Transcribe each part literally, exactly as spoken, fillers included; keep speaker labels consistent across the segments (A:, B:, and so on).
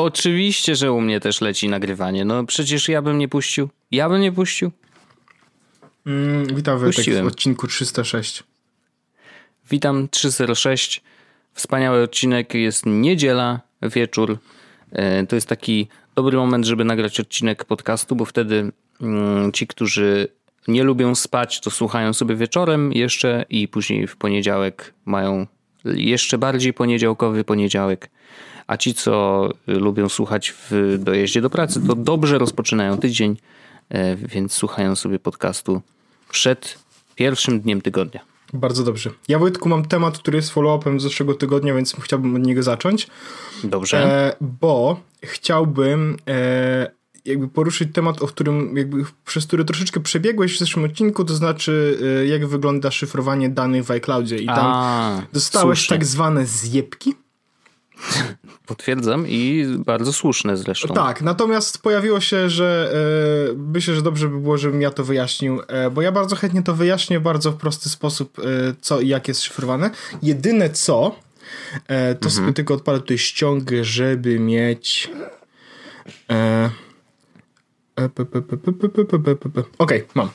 A: oczywiście, że u mnie też leci nagrywanie. No przecież ja bym nie puścił. Ja bym nie puścił.
B: Mm, witam Wojtek w odcinku trzysta sześć.
A: Witam trzysta sześć. Wspaniały odcinek. Jest niedziela, wieczór. To jest taki dobry moment, żeby nagrać odcinek podcastu, bo wtedy ci, którzy nie lubią spać, to słuchają sobie wieczorem jeszcze i później w poniedziałek mają jeszcze bardziej poniedziałkowy poniedziałek. A ci, co lubią słuchać w dojeździe do pracy, to dobrze rozpoczynają tydzień, więc słuchają sobie podcastu przed pierwszym dniem tygodnia.
B: Bardzo dobrze. Ja, Wojtku, mam temat, który jest follow-upem z zeszłego tygodnia, więc chciałbym od niego zacząć.
A: Dobrze.
B: E, bo chciałbym e, jakby poruszyć temat, o którym jakby, przez który troszeczkę przebiegłeś w zeszłym odcinku, to znaczy e, jak wygląda szyfrowanie danych w iCloudzie. I tam
A: A,
B: dostałeś
A: słusznie.
B: tak zwane zjebki.
A: Potwierdzam i bardzo słuszne zresztą.
B: Tak, natomiast pojawiło się, że e, myślę, że dobrze by było, żebym ja to wyjaśnił, e, bo ja bardzo chętnie to wyjaśnię w bardzo prosty sposób, e, co i jak jest szyfrowane. Jedyne co, e, to mhm. sobie tylko odpalę tutaj ściągę, żeby mieć... E, Okej, mam.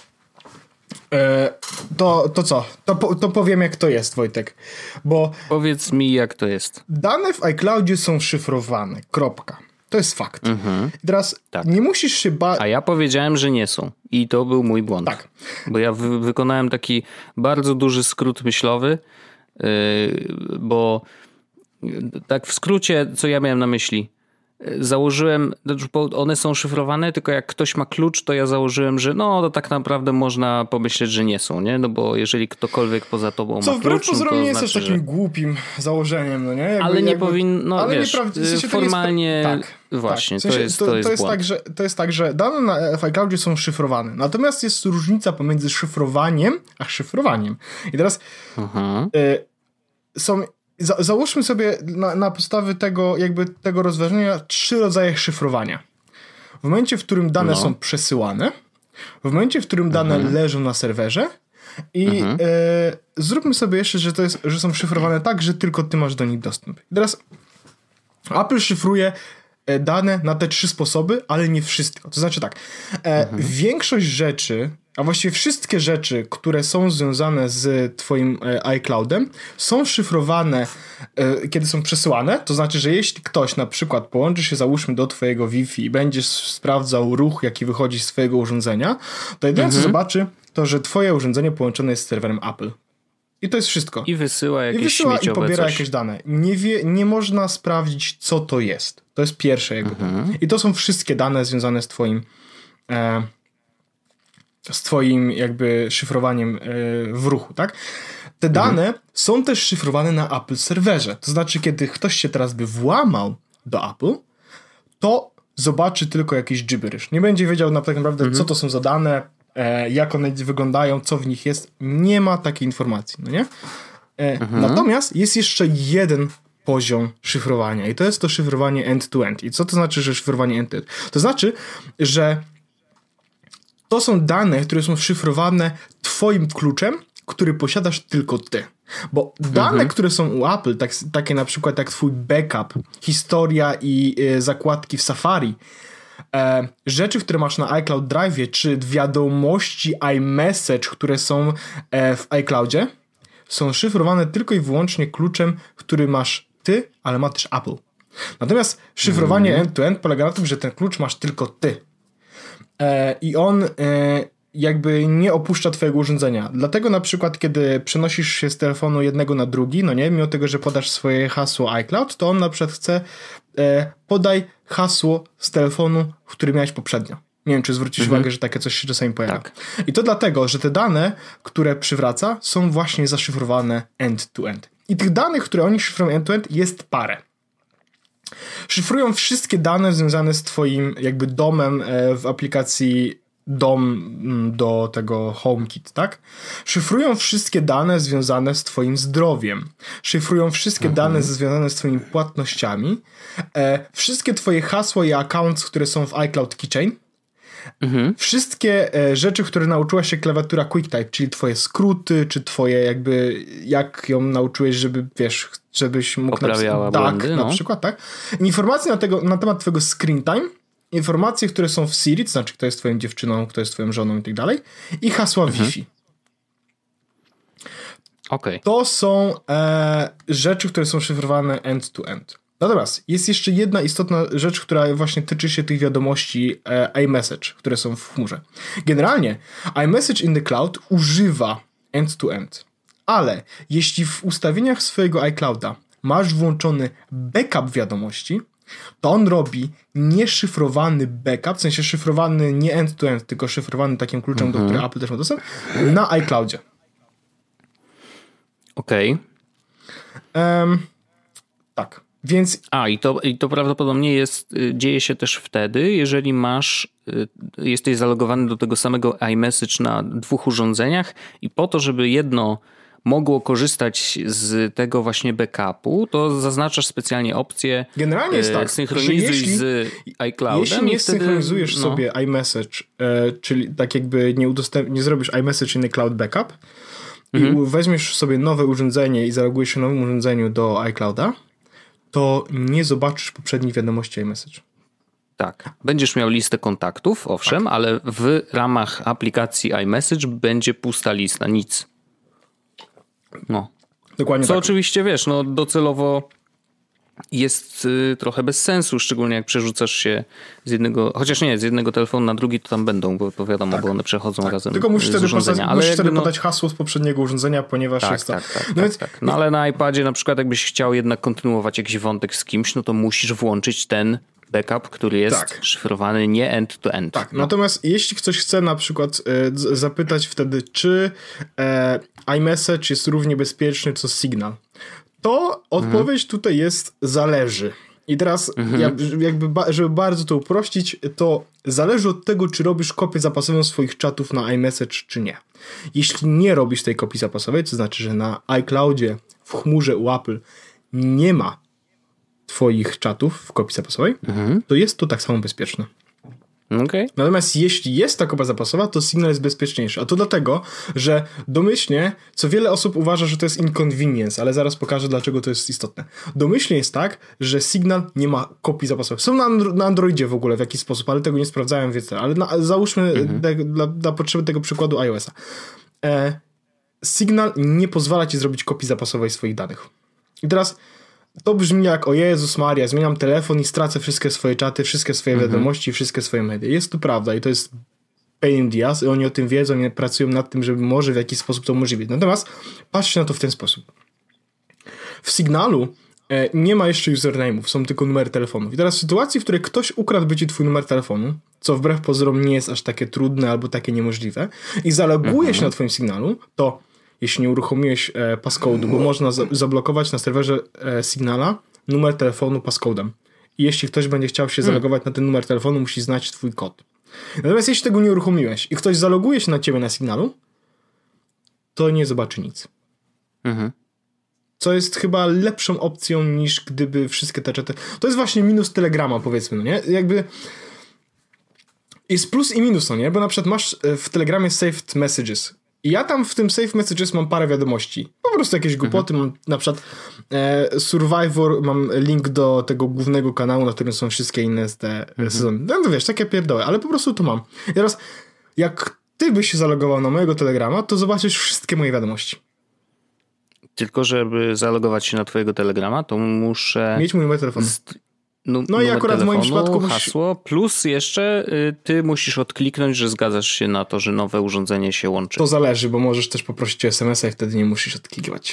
B: E, to, to co? To, to powiem, jak to jest, Wojtek. Bo
A: powiedz mi, jak to jest.
B: Dane w iCloudzie są szyfrowane. Kropka. To jest fakt. Mhm. I teraz tak. Nie musisz się bać.
A: A ja powiedziałem, że nie są. I to był mój błąd.
B: Tak.
A: Bo ja wy- wykonałem taki bardzo duży skrót myślowy, yy, bo tak w skrócie, co ja miałem na myśli. Założyłem, one są szyfrowane, tylko jak ktoś ma klucz, to ja założyłem, że no to tak naprawdę można pomyśleć, że nie są, nie? No bo jeżeli ktokolwiek poza tobą
B: Co,
A: ma klucz,
B: Co wbrew
A: no
B: nie jest
A: znaczy,
B: też takim
A: że...
B: głupim założeniem, no nie? Jakby,
A: ale nie
B: jakby...
A: powinno,
B: ale
A: wiesz,
B: nieprawda... w sensie
A: formalnie,
B: to nie jest... tak,
A: właśnie,
B: tak. W sensie,
A: to jest
B: to,
A: to jest,
B: to jest
A: błąd.
B: tak, że To jest tak, że dane na, w iCloudzie są szyfrowane, natomiast jest różnica pomiędzy szyfrowaniem a szyfrowaniem. I teraz mhm. y, są... Za, załóżmy sobie na, na podstawie tego, jakby tego rozważenia trzy rodzaje szyfrowania. W momencie, w którym dane no. są przesyłane, w momencie, w którym dane mhm. leżą na serwerze i mhm. e, zróbmy sobie jeszcze, że, to jest, że są szyfrowane tak, że tylko ty masz do nich dostęp. I teraz Apple szyfruje dane na te trzy sposoby, ale nie wszystko. To znaczy tak, e, mhm. większość rzeczy, a właściwie wszystkie rzeczy, które są związane z twoim e, iCloudem, są szyfrowane, e, kiedy są przesyłane. To znaczy, że jeśli ktoś na przykład połączy się, załóżmy, do twojego Wi-Fi i będziesz sprawdzał ruch, jaki wychodzi z twojego urządzenia, to jedyne, mhm. co zobaczy, to, że twoje urządzenie połączone jest z serwerem Apple. I to jest wszystko.
A: I wysyła jakieś
B: I wysyła i pobiera
A: coś.
B: jakieś dane. Nie, wie, nie można sprawdzić, co to jest. To jest pierwsze jakby. Mhm. I to są wszystkie dane związane z twoim e, z twoim jakby szyfrowaniem e, w ruchu, tak? Te mhm. dane są też szyfrowane na Apple serwerze. To znaczy, kiedy ktoś się teraz by włamał do Apple, to zobaczy tylko jakiś gibberish. Nie będzie wiedział tak naprawdę, mhm. co to są za dane, e, jak one wyglądają, co w nich jest. Nie ma takiej informacji, no nie? E, mhm. Natomiast jest jeszcze jeden poziom szyfrowania i to jest to szyfrowanie end-to-end. I co to znaczy, że szyfrowanie end-to-end? To znaczy, że to są dane, które są szyfrowane twoim kluczem, który posiadasz tylko ty. Bo dane, mhm. które są u Apple, tak, takie na przykład jak twój backup, historia i y, zakładki w Safari, e, rzeczy, które masz na iCloud Drive, czy wiadomości iMessage, które są e, w iCloudzie, są szyfrowane tylko i wyłącznie kluczem, który masz ty, ale ma też Apple. Natomiast szyfrowanie mm. end-to-end polega na tym, że ten klucz masz tylko ty. E, I on e, jakby nie opuszcza twojego urządzenia. Dlatego na przykład, kiedy przenosisz się z telefonu jednego na drugi, no nie, mimo tego, że podasz swoje hasło iCloud, to on na przykład chce e, podaj hasło z telefonu, który miałeś poprzednio. Nie wiem, czy zwrócisz mhm. uwagę, że takie coś się czasami pojawia. Tak. I to dlatego, że te dane, które przywraca, są właśnie zaszyfrowane end-to-end. I tych danych, które oni szyfrują end-to-end, jest parę. Szyfrują wszystkie dane związane z twoim jakby domem w aplikacji dom do tego HomeKit, tak? Szyfrują wszystkie dane związane z twoim zdrowiem. Szyfrują wszystkie mhm. dane związane z twoimi płatnościami. E, wszystkie twoje hasła i accounts, które są w iCloud Keychain. Mhm. Wszystkie e, rzeczy, które nauczyła się klawiatura QuickType, czyli twoje skróty, czy twoje jakby, jak ją nauczyłeś, żeby, wiesz, żebyś mógł
A: poprawiała
B: napisać,
A: błędy,
B: tak,
A: no.
B: na przykład, tak. Informacje na, tego, na temat twojego screen time, informacje, które są w Siri, to znaczy kto jest twoją dziewczyną, kto jest twoją żoną i tak dalej, i hasła mhm. Wi-Fi.
A: Okay.
B: To są e, rzeczy, które są szyfrowane end-to-end. Natomiast jest jeszcze jedna istotna rzecz, która właśnie tyczy się tych wiadomości e, iMessage, które są w chmurze. Generalnie iMessage in the Cloud używa end-to-end, ale jeśli w ustawieniach swojego iClouda masz włączony backup wiadomości, to on robi nieszyfrowany backup, w sensie szyfrowany nie end-to-end, tylko szyfrowany takim kluczem, mhm. do którego Apple też ma dostęp, na iCloudzie.
A: Okej.
B: Okay. Um, tak, więc...
A: A, i to, i to prawdopodobnie jest, dzieje się też wtedy, jeżeli masz, jesteś zalogowany do tego samego iMessage na dwóch urządzeniach i po to, żeby jedno mogło korzystać z tego właśnie backupu, to zaznaczasz specjalnie opcję
B: generalnie jest tak,
A: synchronizuj
B: jeśli,
A: z iCloudem.
B: Jeśli nie
A: i wtedy,
B: synchronizujesz
A: no.
B: sobie iMessage, e, czyli tak jakby nie, udostęp- nie zrobisz iMessage in the Cloud backup, mhm. i weźmiesz sobie nowe urządzenie i zalogujesz się nowym urządzeniu do iClouda, to nie zobaczysz poprzednich wiadomości iMessage.
A: Tak. Będziesz miał listę kontaktów, owszem, tak. ale w ramach aplikacji iMessage będzie pusta lista, nic. No.
B: Dokładnie
A: Co
B: tak.
A: oczywiście, wiesz, no docelowo jest y, trochę bez sensu, szczególnie jak przerzucasz się z jednego, chociaż nie, z jednego telefonu na drugi, to tam będą, bo, bo wiadomo, tak. bo one przechodzą tak. razem.
B: Tylko musisz
A: z
B: wtedy,
A: urządzenia.
B: podać,
A: ale
B: musisz wtedy
A: no,
B: podać hasło z poprzedniego urządzenia, ponieważ
A: tak,
B: jest to...
A: tak, tak,
B: no
A: tak,
B: więc...
A: tak. No ale na iPadzie na przykład jakbyś chciał jednak kontynuować jakiś wątek z kimś, no to musisz włączyć ten backup, który jest tak. szyfrowany nie end-to-end.
B: Tak,
A: no.
B: Natomiast jeśli ktoś chce na przykład e, z- zapytać wtedy, czy e, iMessage jest równie bezpieczny co Signal, to odpowiedź mhm. tutaj jest zależy. I teraz mhm. ja, jakby ba- żeby bardzo to uprościć, to zależy od tego, czy robisz kopię zapasową swoich czatów na iMessage, czy nie. Jeśli nie robisz tej kopii zapasowej, to znaczy, że na iCloudzie w chmurze u Apple nie ma twoich czatów w kopii zapasowej, mhm. to jest to tak samo bezpieczne.
A: Okay.
B: Natomiast jeśli jest ta kopia zapasowa, to Signal jest bezpieczniejszy. A to dlatego, że domyślnie, co wiele osób uważa, że to jest inconvenience, ale zaraz pokażę, dlaczego to jest istotne. Domyślnie jest tak, że Signal nie ma kopii zapasowej. Są na, Andro- na Androidzie w ogóle w jakiś sposób, ale tego nie sprawdzałem, więc ale na, załóżmy mhm. dla, dla, dla potrzeby tego przykładu iOS-a. E, Signal nie pozwala ci zrobić kopii zapasowej swoich danych. I teraz to brzmi jak, o Jezus Maria, zmieniam telefon i stracę wszystkie swoje czaty, wszystkie swoje mhm. wiadomości, wszystkie swoje media. Jest to prawda i to jest pain in the ass i oni o tym wiedzą i pracują nad tym, żeby może w jakiś sposób to umożliwić. Natomiast patrzcie na to w ten sposób. W Signalu e, nie ma jeszcze username'ów, są tylko numery telefonów. I teraz w sytuacji, w której ktoś ukradłby ci twój numer telefonu, co wbrew pozorom nie jest aż takie trudne albo takie niemożliwe, i zaloguje mhm. się na twoim Signalu, to jeśli nie uruchomiłeś e, passcode'u, bo można za- zablokować na serwerze e, Signala numer telefonu passcode'em. I jeśli ktoś będzie chciał się zalogować na ten numer telefonu, musi znać twój kod. Natomiast jeśli tego nie uruchomiłeś i ktoś zaloguje się na ciebie na Signalu, to nie zobaczy nic. Mhm. Co jest chyba lepszą opcją niż gdyby wszystkie te czaty... To jest właśnie minus Telegrama, powiedzmy, no nie? Jakby... Jest plus i minus, no nie? Bo na przykład masz w Telegramie saved messages. I ja tam w tym Save Messages mam parę wiadomości. Po prostu jakieś głupoty. Mhm. Mam na przykład e, Survivor, mam link do tego głównego kanału, na którym są wszystkie inne z te mhm. sezony. No to wiesz, takie pierdoły, ale po prostu to mam. I teraz, jak ty byś się zalogował na mojego Telegrama, to zobaczysz wszystkie moje wiadomości.
A: Tylko żeby zalogować się na twojego Telegrama, to muszę...
B: mieć mój numer telefonu. St-
A: No,
B: no i akurat telefonu, w moim przypadku
A: hasło, plus jeszcze y, ty musisz odkliknąć, że zgadzasz się na to, że nowe urządzenie się łączy.
B: To zależy, bo możesz też poprosić o es em es a i wtedy nie musisz odklikiwać.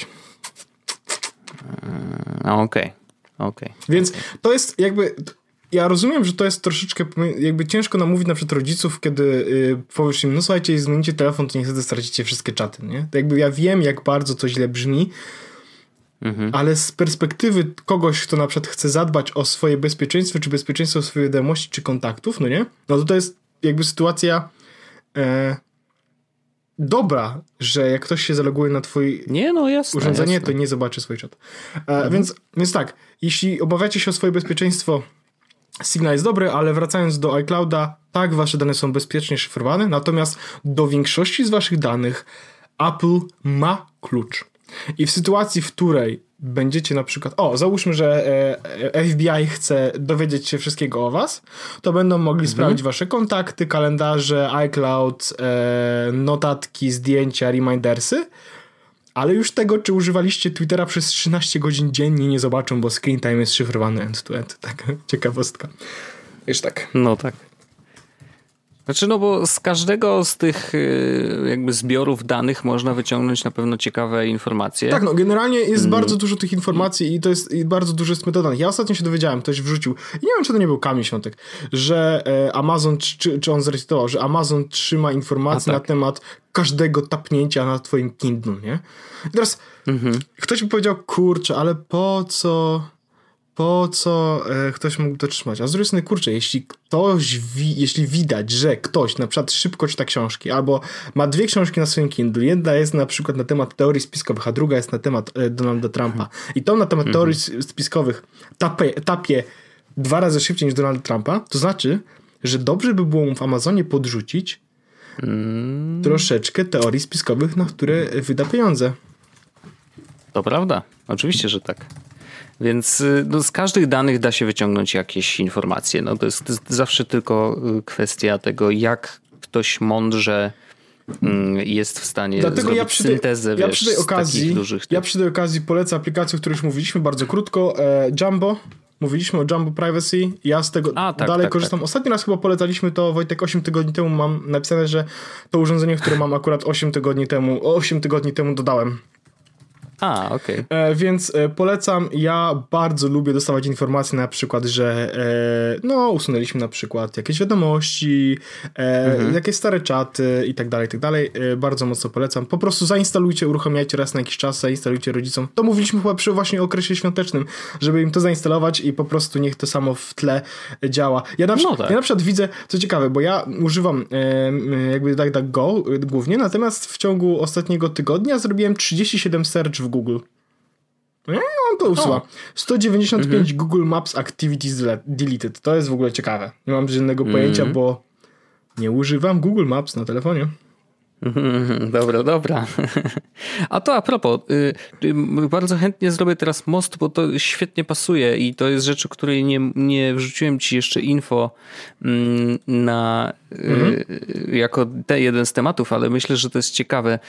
A: Okej, okej. Okay.
B: Więc
A: okay.
B: to jest jakby... Ja rozumiem, że to jest troszeczkę jakby ciężko namówić na przykład rodziców, kiedy y, powiesz im, no słuchajcie, zmienicie telefon, to niestety stracicie wszystkie czaty, nie? To jakby ja wiem, jak bardzo to źle brzmi, mhm. ale z perspektywy kogoś, kto na przykład chce zadbać o swoje bezpieczeństwo, czy bezpieczeństwo swojej wiadomości, czy kontaktów, no nie? No to to jest jakby sytuacja e, dobra, że jak ktoś się zaloguje na twoje
A: nie, no jasne,
B: urządzenie,
A: jasne.
B: to nie zobaczy swój czat. E, mhm. więc, więc tak, jeśli obawiacie się o swoje bezpieczeństwo Signal jest dobry, ale wracając do iClouda, tak, wasze dane są bezpiecznie szyfrowane, natomiast do większości z waszych danych Apple ma klucz. I w sytuacji, w której będziecie na przykład, o, załóżmy, że F B I chce dowiedzieć się wszystkiego o was, to będą mogli mhm. sprawdzić wasze kontakty, kalendarze, iCloud, e, notatki, zdjęcia, remindersy, ale już tego, czy używaliście Twittera przez trzynaście godzin dziennie, nie zobaczą, bo screen time jest szyfrowany end-to-end. Taka ciekawostka. Wiesz, tak.
A: No tak. Znaczy, no bo z każdego z tych jakby zbiorów danych można wyciągnąć na pewno ciekawe informacje.
B: Tak, no generalnie jest mm. bardzo dużo tych informacji i to jest i bardzo dużo jest metod danych. Ja ostatnio się dowiedziałem, ktoś wrzucił, i nie wiem, czy to nie był Kamil Świątek, że Amazon, czy, czy on zrecytował, że Amazon trzyma informacje tak. na temat każdego tapnięcia na twoim Kindle, nie? I teraz mm-hmm. ktoś mi powiedział, kurczę, ale po co... po co e, ktoś mógł to trzymać. A z drugiej strony, kurczę, jeśli ktoś, wi- jeśli widać, że ktoś na przykład szybko czyta książki, albo ma dwie książki na swoim Kindle, jedna jest na przykład na temat teorii spiskowych, a druga jest na temat e, Donalda Trumpa. Hmm. I tą na temat hmm. teorii spiskowych tapie, tapie dwa razy szybciej niż Donalda Trumpa, to znaczy, że dobrze by było mu w Amazonie podrzucić hmm. troszeczkę teorii spiskowych, na które wyda pieniądze.
A: To prawda. Oczywiście, że tak. Więc no, z każdych danych da się wyciągnąć jakieś informacje. No, to, jest, to jest zawsze tylko kwestia tego, jak ktoś mądrze jest w stanie Dlatego zrobić ja przy tej, syntezę ja wiesz, przy tej okazji, takich dużych...
B: Ja przy tej okazji polecę aplikację, o której już mówiliśmy bardzo krótko. E, Jumbo. Mówiliśmy o Jumbo Privacy. Ja z tego A, tak, dalej tak, korzystam. Tak. Ostatni raz chyba polecaliśmy to, Wojtek, osiem tygodni temu mam napisane, że to urządzenie, które mam akurat osiem tygodni temu, osiem tygodni temu dodałem.
A: A, okej. Okay.
B: E, więc e, polecam. Ja bardzo lubię dostawać informacje na przykład, że e, no usunęliśmy na przykład jakieś wiadomości, e, mhm. jakieś stare czaty i tak dalej, i tak dalej. E, bardzo mocno polecam. Po prostu zainstalujcie, uruchamiajcie raz na jakiś czas, zainstalujcie rodzicom. To mówiliśmy chyba przy właśnie okresie świątecznym, żeby im to zainstalować i po prostu niech to samo w tle działa. Ja na, no tak. ja na przykład widzę, co ciekawe, bo ja używam e, jakby DuckDuckGo głównie, natomiast w ciągu ostatniego tygodnia zrobiłem trzydzieści siedem search w Google. No i on to usuwa. sto dziewięćdziesiąt pięć mhm. Google Maps Activities Deleted. To jest w ogóle ciekawe. Nie mam żadnego mhm. pojęcia, bo nie używam Google Maps na telefonie.
A: Dobra, dobra. A to a propos, bardzo chętnie zrobię teraz most, bo to świetnie pasuje i to jest rzecz, o której nie, nie wrzuciłem ci jeszcze info na mhm. jako te jeden z tematów, ale myślę, że to jest ciekawe.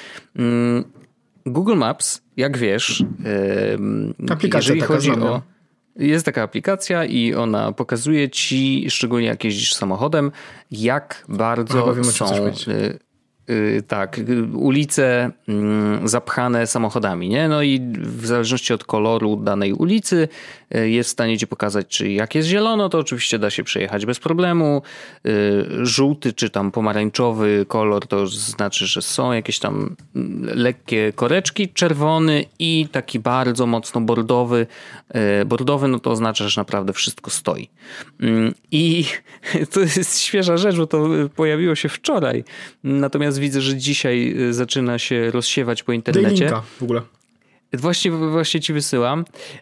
A: Google Maps, jak wiesz,
B: aplikacja
A: jeżeli
B: taka
A: chodzi
B: znana.
A: o... Jest taka aplikacja i ona pokazuje ci, szczególnie jak jeździsz samochodem, jak bardzo wiemy, są... Tak, ulice zapchane samochodami, nie? No i w zależności od koloru danej ulicy jest w stanie ci pokazać, czy jak jest zielono, to oczywiście da się przejechać bez problemu. Żółty czy tam pomarańczowy kolor to znaczy, że są jakieś tam lekkie koreczki. Czerwony i taki bardzo mocno bordowy. Bordowy no to oznacza, że naprawdę wszystko stoi. I to jest świeża rzecz, bo to pojawiło się wczoraj. Natomiast widzę, że dzisiaj zaczyna się rozsiewać po internecie.
B: Daj linka w ogóle.
A: Właśnie, właśnie ci wysyłam.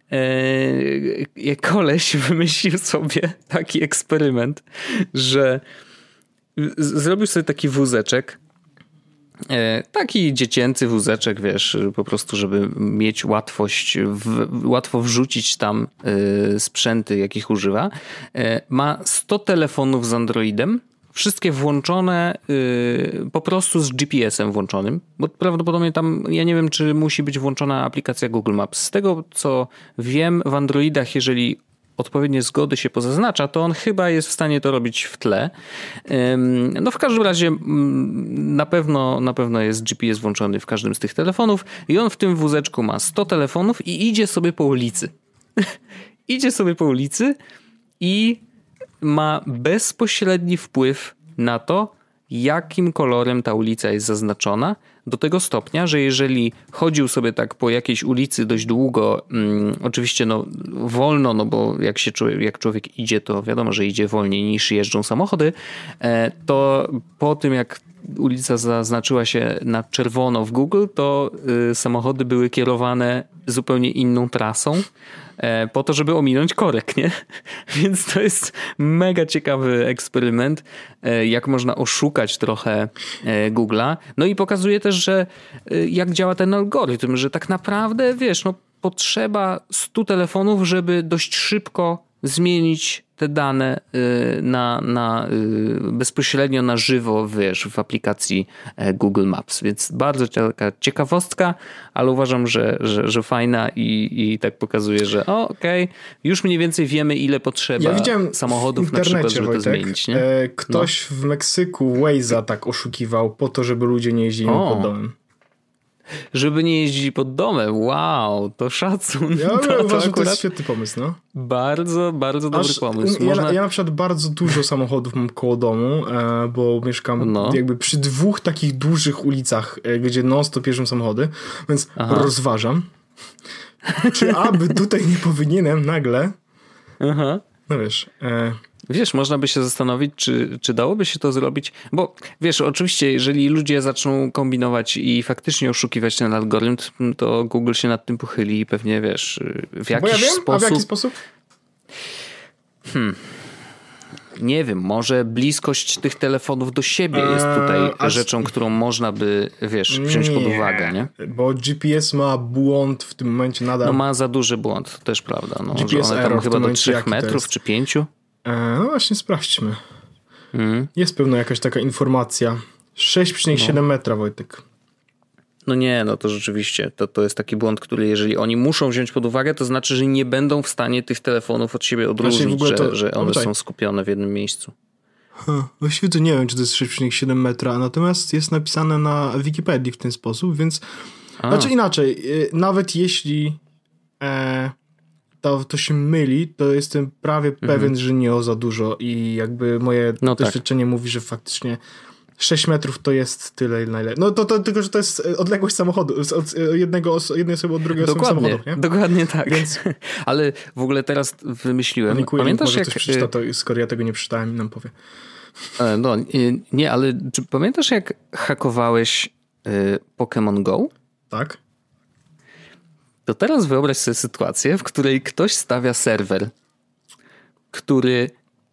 A: Eee, koleś wymyślił sobie taki eksperyment, że zrobił sobie taki wózeczek, e, taki dziecięcy wózeczek, wiesz, po prostu, żeby mieć łatwość, w, łatwo wrzucić tam e, sprzęty, jakich używa. E, ma sto telefonów z Androidem, wszystkie włączone yy, po prostu z G P S-em włączonym, bo prawdopodobnie tam, ja nie wiem, czy musi być włączona aplikacja Google Maps. Z tego, co wiem, w Androidach, jeżeli odpowiednie zgody się pozaznacza, to on chyba jest w stanie to robić w tle. Yy, no w każdym razie yy, na pewno, na pewno jest G P S włączony w każdym z tych telefonów i on w tym wózeczku ma sto telefonów i idzie sobie po ulicy. idzie sobie po ulicy i ma bezpośredni wpływ na to, jakim kolorem ta ulica jest zaznaczona, do tego stopnia, że jeżeli chodził sobie tak po jakiejś ulicy dość długo, um, oczywiście no wolno, no bo jak się człowiek, jak człowiek idzie, to wiadomo, że idzie wolniej niż jeżdżą samochody, e, to po tym jak ulica zaznaczyła się na czerwono w Google, to y, samochody były kierowane zupełnie inną trasą e, po to, żeby ominąć korek, nie? Więc to jest mega ciekawy eksperyment, e, jak można oszukać trochę e, Google'a. No i pokazuje też, że e, jak działa ten algorytm, że tak naprawdę, wiesz, no potrzeba stu telefonów, żeby dość szybko zmienić te dane na, na, bezpośrednio na żywo, wiesz, w aplikacji Google Maps. Więc bardzo taka ciekawostka, ale uważam, że, że, że fajna i, i tak pokazuje, że o, okej, okay, już mniej więcej wiemy, ile potrzeba ja samochodów na przykład, żeby Wojtek, to zmienić. Nie?
B: Ktoś no. w Meksyku Waze'a tak oszukiwał po to, żeby ludzie nie jeździli o. pod domem.
A: Żeby nie jeździli pod domem. Wow, to szacun.
B: Ja
A: to,
B: to uważam, że to jest świetny pomysł, no.
A: Bardzo, bardzo dobry
B: Aż,
A: pomysł.
B: Ja,
A: Można...
B: ja na przykład bardzo dużo samochodów mam koło domu, bo mieszkam no. jakby przy dwóch takich dużych ulicach, gdzie non-stop jeżdżą samochody, więc Aha. rozważam, czy aby tutaj nie powinienem nagle, Aha. no wiesz... E...
A: Wiesz, można by się zastanowić, czy, czy dałoby się to zrobić, bo wiesz, oczywiście, jeżeli ludzie zaczną kombinować i faktycznie oszukiwać ten algorytm, to Google się nad tym pochyli i pewnie, wiesz, w jakiś
B: bo ja wiem,
A: sposób...
B: A w jaki sposób?
A: Hmm... Nie wiem, może bliskość tych telefonów do siebie eee, jest tutaj aż... rzeczą, którą można by, wiesz, wziąć nie, pod uwagę, nie?
B: Bo G P S ma błąd w tym momencie nadal.
A: No ma za duży błąd, to też prawda. No, G P S one tam chyba do trzech metrów czy pięciu.
B: No właśnie, sprawdźmy. Mm. Jest pewno jakaś taka informacja. sześć przecinek siedem no. metra, Wojtek.
A: No nie, no to rzeczywiście. To, to jest taki błąd, który jeżeli oni muszą wziąć pod uwagę, to znaczy, że nie będą w stanie tych telefonów od siebie odróżnić, znaczy to, że, że one są skupione w jednym miejscu.
B: Huh, właściwie to nie wiem, czy to jest sześć przecinek siedem metra, natomiast jest napisane na Wikipedii w ten sposób, więc... A. Znaczy inaczej, nawet jeśli... E... To, to się myli, to jestem prawie mhm. pewien, że nie o za dużo i jakby moje no doświadczenie tak. mówi, że faktycznie sześć metrów to jest tyle, na ile. No to, to tylko, że to jest odległość samochodu, od jednego, jednej osoby od drugiej osoby samochodu, nie?
A: Dokładnie tak. Więc... Ale w ogóle teraz wymyśliłem.
B: Panikuję, pamiętasz może jak... ktoś przeczyta to, skoro ja tego nie przeczytałem i nam powie.
A: No, nie, ale czy pamiętasz jak hakowałeś y, Pokémon Go?
B: Tak.
A: To teraz wyobraź sobie sytuację, w której ktoś stawia serwer, który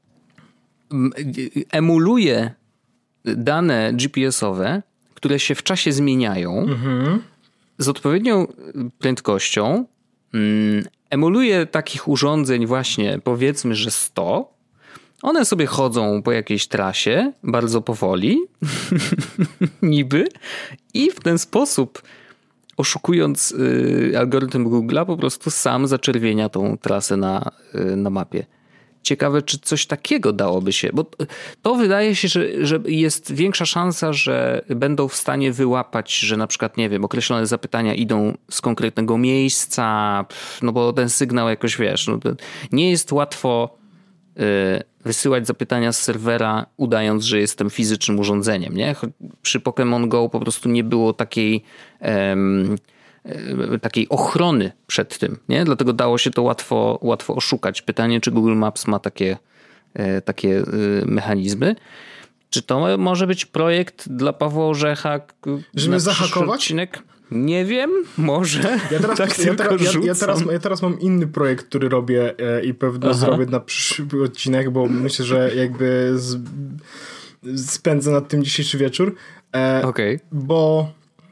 A: emuluje dane G P S-owe, które się w czasie zmieniają mhm. z odpowiednią prędkością, emuluje takich urządzeń właśnie powiedzmy, że sto. One sobie chodzą po jakiejś trasie bardzo powoli, niby, i w ten sposób oszukując y, algorytm Google'a, po prostu sam zaczerwienia tą trasę na, y, na mapie. Ciekawe, czy coś takiego dałoby się, bo to wydaje się, że, że jest większa szansa, że będą w stanie wyłapać, że na przykład, nie wiem, określone zapytania idą z konkretnego miejsca, no bo ten sygnał jakoś, wiesz, no nie jest łatwo y, wysyłać zapytania z serwera, udając, że jestem fizycznym urządzeniem, nie? Przy Pokémon Go po prostu nie było takiej um, takiej ochrony przed tym, nie? Dlatego dało się to łatwo, łatwo oszukać. Pytanie, czy Google Maps ma takie, takie mechanizmy. Czy to może być projekt dla Pawła Orzecha?
B: Żeby zahakować?
A: Odcinek? Nie wiem, może.
B: Ja teraz, tak ja, teraz, ja, ja, teraz, ja teraz mam inny projekt, który robię e, i pewno Aha. zrobię na przyszły odcinek, bo myślę, że jakby z, spędzę nad tym dzisiejszy wieczór. E,
A: okay.
B: Bo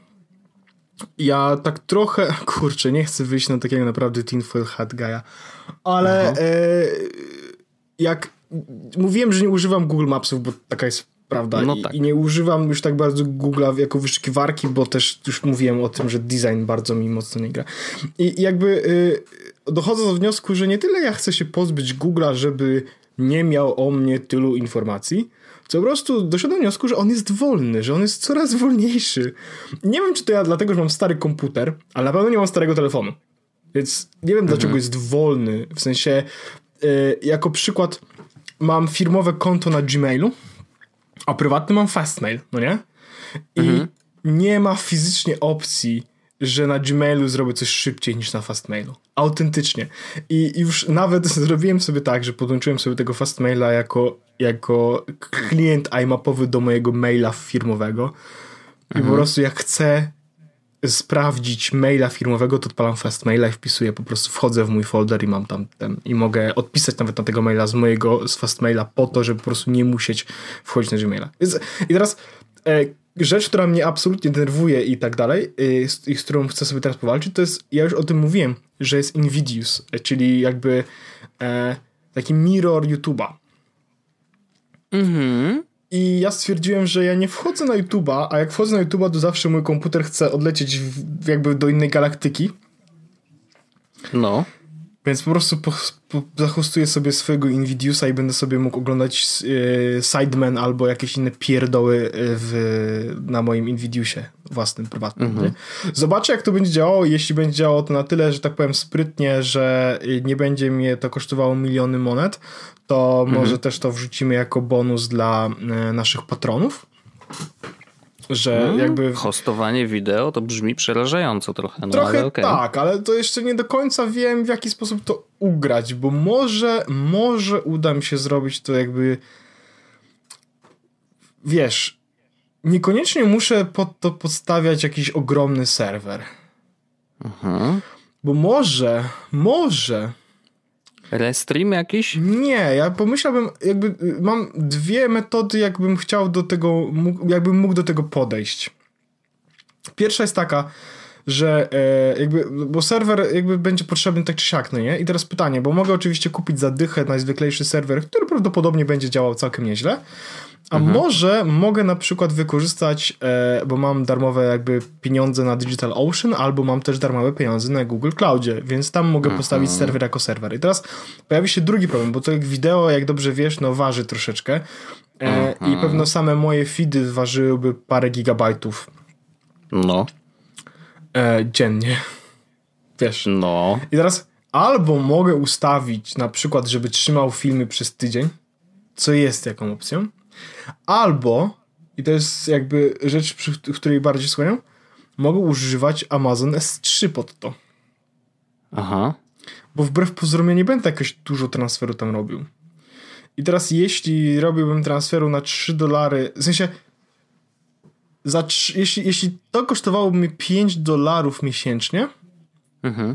B: ja tak trochę, kurczę, nie chcę wyjść na takiego naprawdę tinfoil hat guy'a, ale e, jak mówiłem, że nie używam Google Mapsów, bo taka jest prawda, no I, tak. i nie używam już tak bardzo Google'a jako wyszukiwarki, bo też już mówiłem o tym, że design bardzo mi mocno nie gra. I jakby y, dochodzę do wniosku, że nie tyle ja chcę się pozbyć Google'a, żeby nie miał o mnie tylu informacji, co po prostu doszedłem do wniosku, że on jest wolny, że on jest coraz wolniejszy. Nie wiem, czy to ja dlatego, że mam stary komputer, ale na pewno nie mam starego telefonu. Więc nie wiem, mhm. dlaczego jest wolny. W sensie, y, jako przykład mam firmowe konto na Gmailu, a prywatny mam Fastmail, no nie? I mhm. nie ma fizycznie opcji, że na Gmailu zrobię coś szybciej niż na Fastmailu. Autentycznie. I już nawet zrobiłem sobie tak, że podłączyłem sobie tego Fastmaila jako, jako klient iMapowy do mojego maila firmowego. I mhm. po prostu jak chcę sprawdzić maila firmowego, to odpalam Fastmaila i wpisuję, po prostu wchodzę w mój folder i mam tam ten, i mogę odpisać nawet na tego maila z mojego, z Fastmaila po to, żeby po prostu nie musieć wchodzić na Gmaila. I teraz e, rzecz, która mnie absolutnie denerwuje i tak dalej, i z, i z którą chcę sobie teraz powalczyć, to jest, ja już o tym mówiłem, że jest Invidious, czyli jakby e, taki mirror YouTube'a.
A: Mhm.
B: I ja stwierdziłem, że ja nie wchodzę na YouTube'a, a jak wchodzę na YouTube'a, to zawsze mój komputer chce odlecieć w, jakby do innej galaktyki.
A: No.
B: Więc po prostu po, po, zahostuję sobie swojego Invidiousa i będę sobie mógł oglądać e, Sidemen albo jakieś inne pierdoły w, na moim Invidiusie własnym, prywatnym.
A: Mhm.
B: Nie? Zobaczę, jak to będzie działało. Jeśli będzie działało to na tyle, że tak powiem sprytnie, że nie będzie mnie to kosztowało miliony monet, to mhm. może też to wrzucimy jako bonus dla e, naszych patronów. Że hmm, jakby...
A: Hostowanie wideo to brzmi przerażająco trochę. No,
B: trochę
A: ale okay.
B: tak, ale to jeszcze nie do końca wiem, w jaki sposób to ugrać, bo może, może uda mi się zrobić to jakby... Wiesz, niekoniecznie muszę pod to podstawiać jakiś ogromny serwer.
A: Mhm.
B: Bo może, może...
A: Restream jakiś?
B: Nie, ja pomyślałbym, jakby mam dwie metody, jakbym chciał do tego, jakbym mógł do tego podejść. Pierwsza jest taka, że e, jakby, bo serwer jakby będzie potrzebny tak czy siak, no nie? I teraz pytanie, bo mogę oczywiście kupić za dychę najzwyklejszy serwer, który prawdopodobnie będzie działał całkiem nieźle, a mhm. może mogę na przykład wykorzystać, e, bo mam darmowe jakby pieniądze na DigitalOcean, albo mam też darmowe pieniądze na Google Cloudzie, więc tam mogę mhm. postawić serwer jako serwer. I teraz pojawi się drugi problem, bo to jak wideo, jak dobrze wiesz, no waży troszeczkę e, mhm. i pewno same moje feedy ważyłyby parę gigabajtów.
A: No.
B: E, dziennie. Wiesz.
A: No.
B: I teraz albo mogę ustawić na przykład, żeby trzymał filmy przez tydzień, co jest jaką opcją, albo, i to jest jakby rzecz, przy której bardziej skłaniam, mogę używać Amazon S trzy pod to.
A: Aha.
B: Bo wbrew pozorom ja nie będę jakoś dużo transferu tam robił. I teraz jeśli robiłbym transferu na trzy dolary, w sensie za trzy, jeśli, jeśli to kosztowałoby mi pięć dolarów miesięcznie,
A: mhm.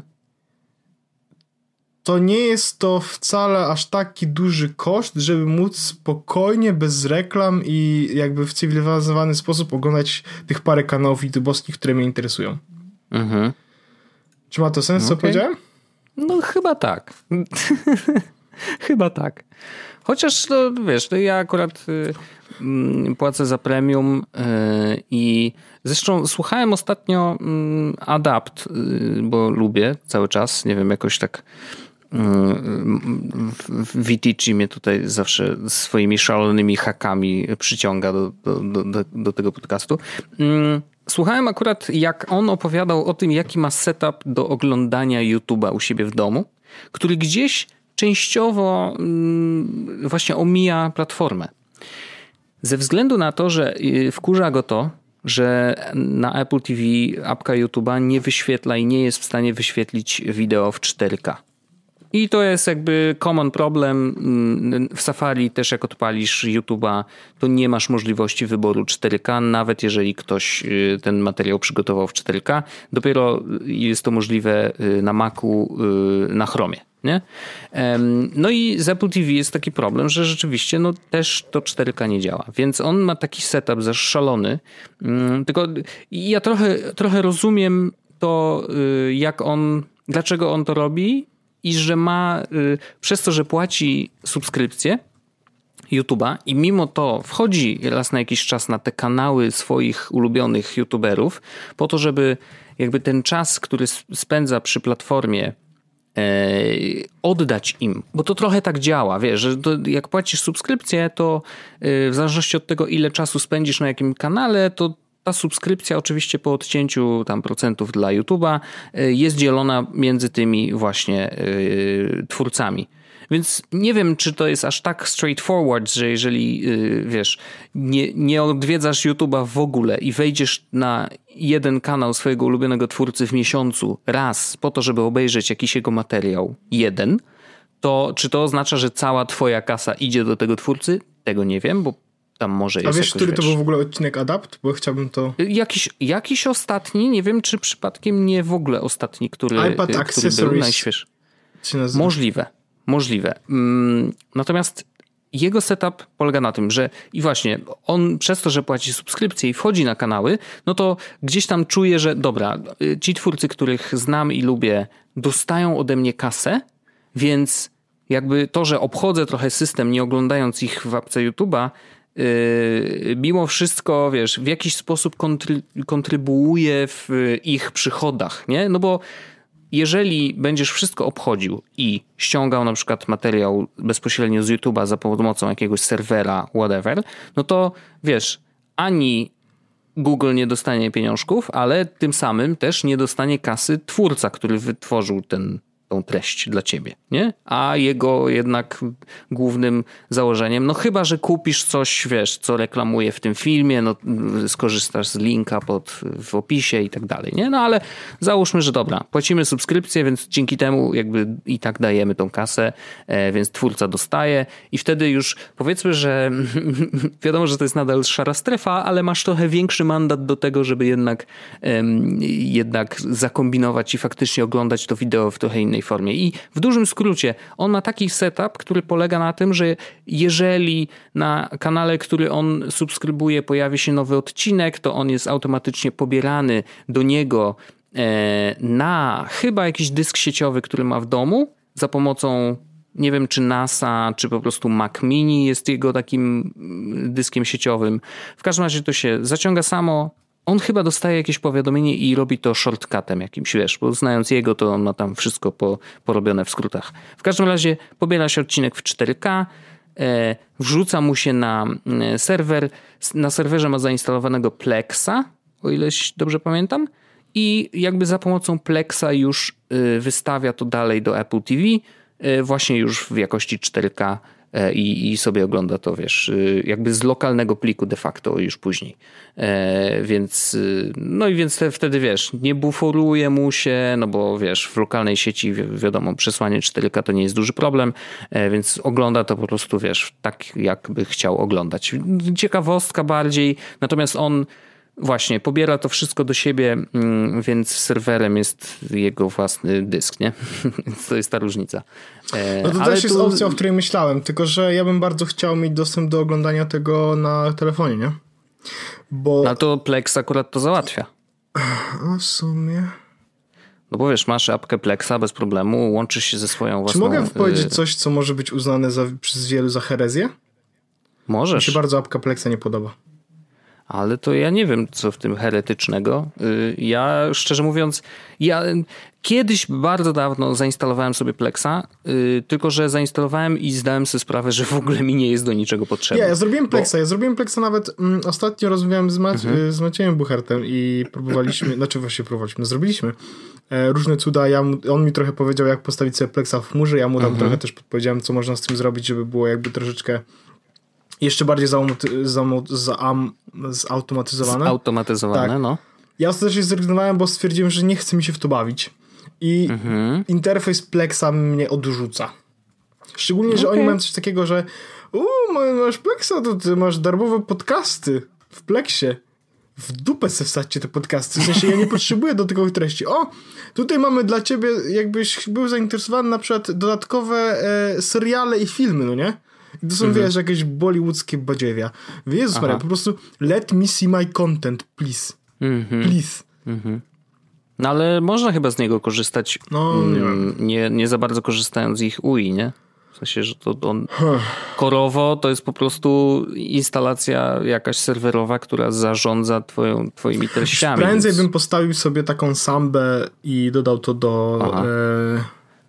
B: to nie jest to wcale aż taki duży koszt, żeby móc spokojnie, bez reklam i jakby w cywilizowany sposób oglądać tych parę kanałów YouTube'owskich, które mnie interesują.
A: Mhm.
B: Czy ma to sens, okay. co powiedziałem?
A: No chyba tak. Chyba tak. Chociaż, no, wiesz, to ja akurat y, y, płacę za premium y, i zresztą słuchałem ostatnio y, Adapt, y, bo lubię cały czas, nie wiem, jakoś tak y, Vitici mnie tutaj zawsze swoimi szalonymi hakami przyciąga do, do, do, do tego podcastu. Y, słuchałem akurat, jak on opowiadał o tym, jaki ma setup do oglądania YouTube'a u siebie w domu, który gdzieś częściowo właśnie omija platformę. Ze względu na to, że wkurza go to, że na Apple T V apka YouTube'a nie wyświetla i nie jest w stanie wyświetlić wideo w cztery K. I to jest jakby common problem. W Safari też jak odpalisz YouTube'a, to nie masz możliwości wyboru cztery K, nawet jeżeli ktoś ten materiał przygotował w cztery K. Dopiero jest to możliwe na Macu, na Chromie. Nie? No i z Apple T V jest taki problem, że rzeczywiście no też to cztery K nie działa, więc on ma taki setup zaszalony, tylko ja trochę, trochę rozumiem to, jak on, dlaczego on to robi i że ma, przez to, że płaci subskrypcję YouTube'a i mimo to wchodzi raz na jakiś czas na te kanały swoich ulubionych YouTuberów po to, żeby jakby ten czas, który spędza przy platformie oddać im, bo to trochę tak działa, wiesz, że to jak płacisz subskrypcję, to w zależności od tego, ile czasu spędzisz na jakim kanale, to ta subskrypcja oczywiście po odcięciu tam procentów dla YouTube'a jest dzielona między tymi właśnie twórcami. Więc nie wiem, czy to jest aż tak straightforward, że jeżeli, yy, wiesz, nie, nie odwiedzasz YouTube'a w ogóle i wejdziesz na jeden kanał swojego ulubionego twórcy w miesiącu raz po to, żeby obejrzeć jakiś jego materiał, jeden, to czy to oznacza, że cała twoja kasa idzie do tego twórcy? Tego nie wiem, bo tam może jest.
B: A wiesz,
A: jakoś,
B: który
A: wiesz,
B: to był w ogóle odcinek Adapt? Bo chciałbym to...
A: Jakiś, jakiś ostatni, nie wiem, czy przypadkiem nie w ogóle ostatni, który,
B: iPad
A: który
B: Accessories
A: był najświeższy.
B: się nazywa.
A: Możliwe, możliwe. Natomiast jego setup polega na tym, że i właśnie on przez to, że płaci subskrypcję i wchodzi na kanały, no to gdzieś tam czuje, że dobra, ci twórcy, których znam i lubię, dostają ode mnie kasę, więc jakby to, że obchodzę trochę system, nie oglądając ich w apce YouTube'a, Yy, mimo wszystko, wiesz, w jakiś sposób kontry, kontrybuuje w ich przychodach, nie? No bo jeżeli będziesz wszystko obchodził i ściągał na przykład materiał bezpośrednio z YouTube'a za pomocą jakiegoś serwera, whatever, no to wiesz, ani Google nie dostanie pieniążków, ale tym samym też nie dostanie kasy twórca, który wytworzył ten tą treść dla ciebie, nie? A jego jednak głównym założeniem, no chyba, że kupisz coś, wiesz, co reklamuje w tym filmie, no skorzystasz z linka pod, w opisie i tak dalej, nie? No ale załóżmy, że dobra, płacimy subskrypcję, więc dzięki temu jakby i tak dajemy tą kasę, e, więc twórca dostaje i wtedy już powiedzmy, że wiadomo, że to jest nadal szara strefa, ale masz trochę większy mandat do tego, żeby jednak em, jednak zakombinować i faktycznie oglądać to wideo w trochę innej formie. I w dużym skrócie on ma taki setup, który polega na tym, że jeżeli na kanale, który on subskrybuje, pojawi się nowy odcinek, to on jest automatycznie pobierany do niego na chyba jakiś dysk sieciowy, który ma w domu za pomocą, nie wiem czy NASA, czy po prostu Mac Mini jest jego takim dyskiem sieciowym. W każdym razie to się zaciąga samo. On chyba dostaje jakieś powiadomienie i robi to shortcutem jakimś, wiesz, bo znając jego, to on ma tam wszystko po, porobione w skrótach. W każdym razie pobiera się odcinek w cztery K, e, wrzuca mu się na serwer, na serwerze ma zainstalowanego Plexa, o ileś dobrze pamiętam, i jakby za pomocą Plexa już y, wystawia to dalej do Apple T V, y, właśnie już w jakości cztery K i, i sobie ogląda to, wiesz, jakby z lokalnego pliku de facto już później. E, więc, no i więc te, wtedy, wiesz, nie buforuje mu się, no bo wiesz, w lokalnej sieci wi- wiadomo, przesłanie cztery K to nie jest duży problem, e, więc ogląda to po prostu, wiesz, tak jakby chciał oglądać. Ciekawostka bardziej, natomiast on właśnie pobiera to wszystko do siebie, więc serwerem jest jego własny dysk, nie? Więc to jest ta różnica.
B: No to
A: Ale
B: też jest
A: tu...
B: opcja, o której myślałem, tylko że ja bym bardzo chciał mieć dostęp do oglądania tego na telefonie, nie? Bo...
A: No to Plex akurat to załatwia.
B: A w sumie...
A: No bo wiesz, masz apkę Plexa bez problemu, łączysz się ze swoją własną...
B: Czy mogę powiedzieć coś, co może być uznane za, przez wielu za herezję?
A: Możesz.
B: Mi się bardzo apka Plexa nie podoba.
A: Ale to ja nie wiem, co w tym heretycznego. Ja, szczerze mówiąc, ja kiedyś bardzo dawno zainstalowałem sobie Plexa, tylko że zainstalowałem i zdałem sobie sprawę, że w ogóle mi nie jest do niczego potrzebny.
B: Ja, ja zrobiłem Plexa.
A: Bo...
B: Ja zrobiłem Plexa nawet mm, ostatnio rozmawiałem z, Mac-
A: mhm.
B: z Maciejem Buchartem i próbowaliśmy, znaczy właśnie próbowaliśmy, zrobiliśmy e, różne cuda. Ja mu, on mi trochę powiedział, jak postawić sobie Plexa w chmurze. Ja mu tam mhm. trochę też podpowiedziałem, co można z tym zrobić, żeby było jakby troszeczkę jeszcze bardziej zaumaty- zaum- zaam- zautomatyzowane.
A: Zautomatyzowane, tak. No.
B: Ja ostatecznie zrezygnowałem, bo stwierdziłem, że nie chce mi się w to bawić. I mhm. interfejs Plexa mnie odrzuca. Szczególnie, okay. że oni mają coś takiego, że uuu, masz Plexa, to ty masz darmowe podcasty w Plexie. W dupę se wsadźcie te podcasty. W sensie ja nie potrzebuję do tego treści. O, tutaj mamy dla ciebie, jakbyś był zainteresowany na przykład dodatkowe e, seriale i filmy, no nie? I to są, mhm. wiesz, jakieś bollywoodzkie badziewia. Jezus Maria, po prostu let me see my content, please. Mhm. Please.
A: Mhm. No ale można chyba z niego korzystać,
B: no, nie,
A: mm, nie, nie za bardzo korzystając z ich U I, nie? W sensie, że to on korowo to jest po prostu instalacja jakaś serwerowa, która zarządza twoją, twoimi treściami.
B: Prędzej
A: więc...
B: bym postawił sobie taką sambę i dodał to do e,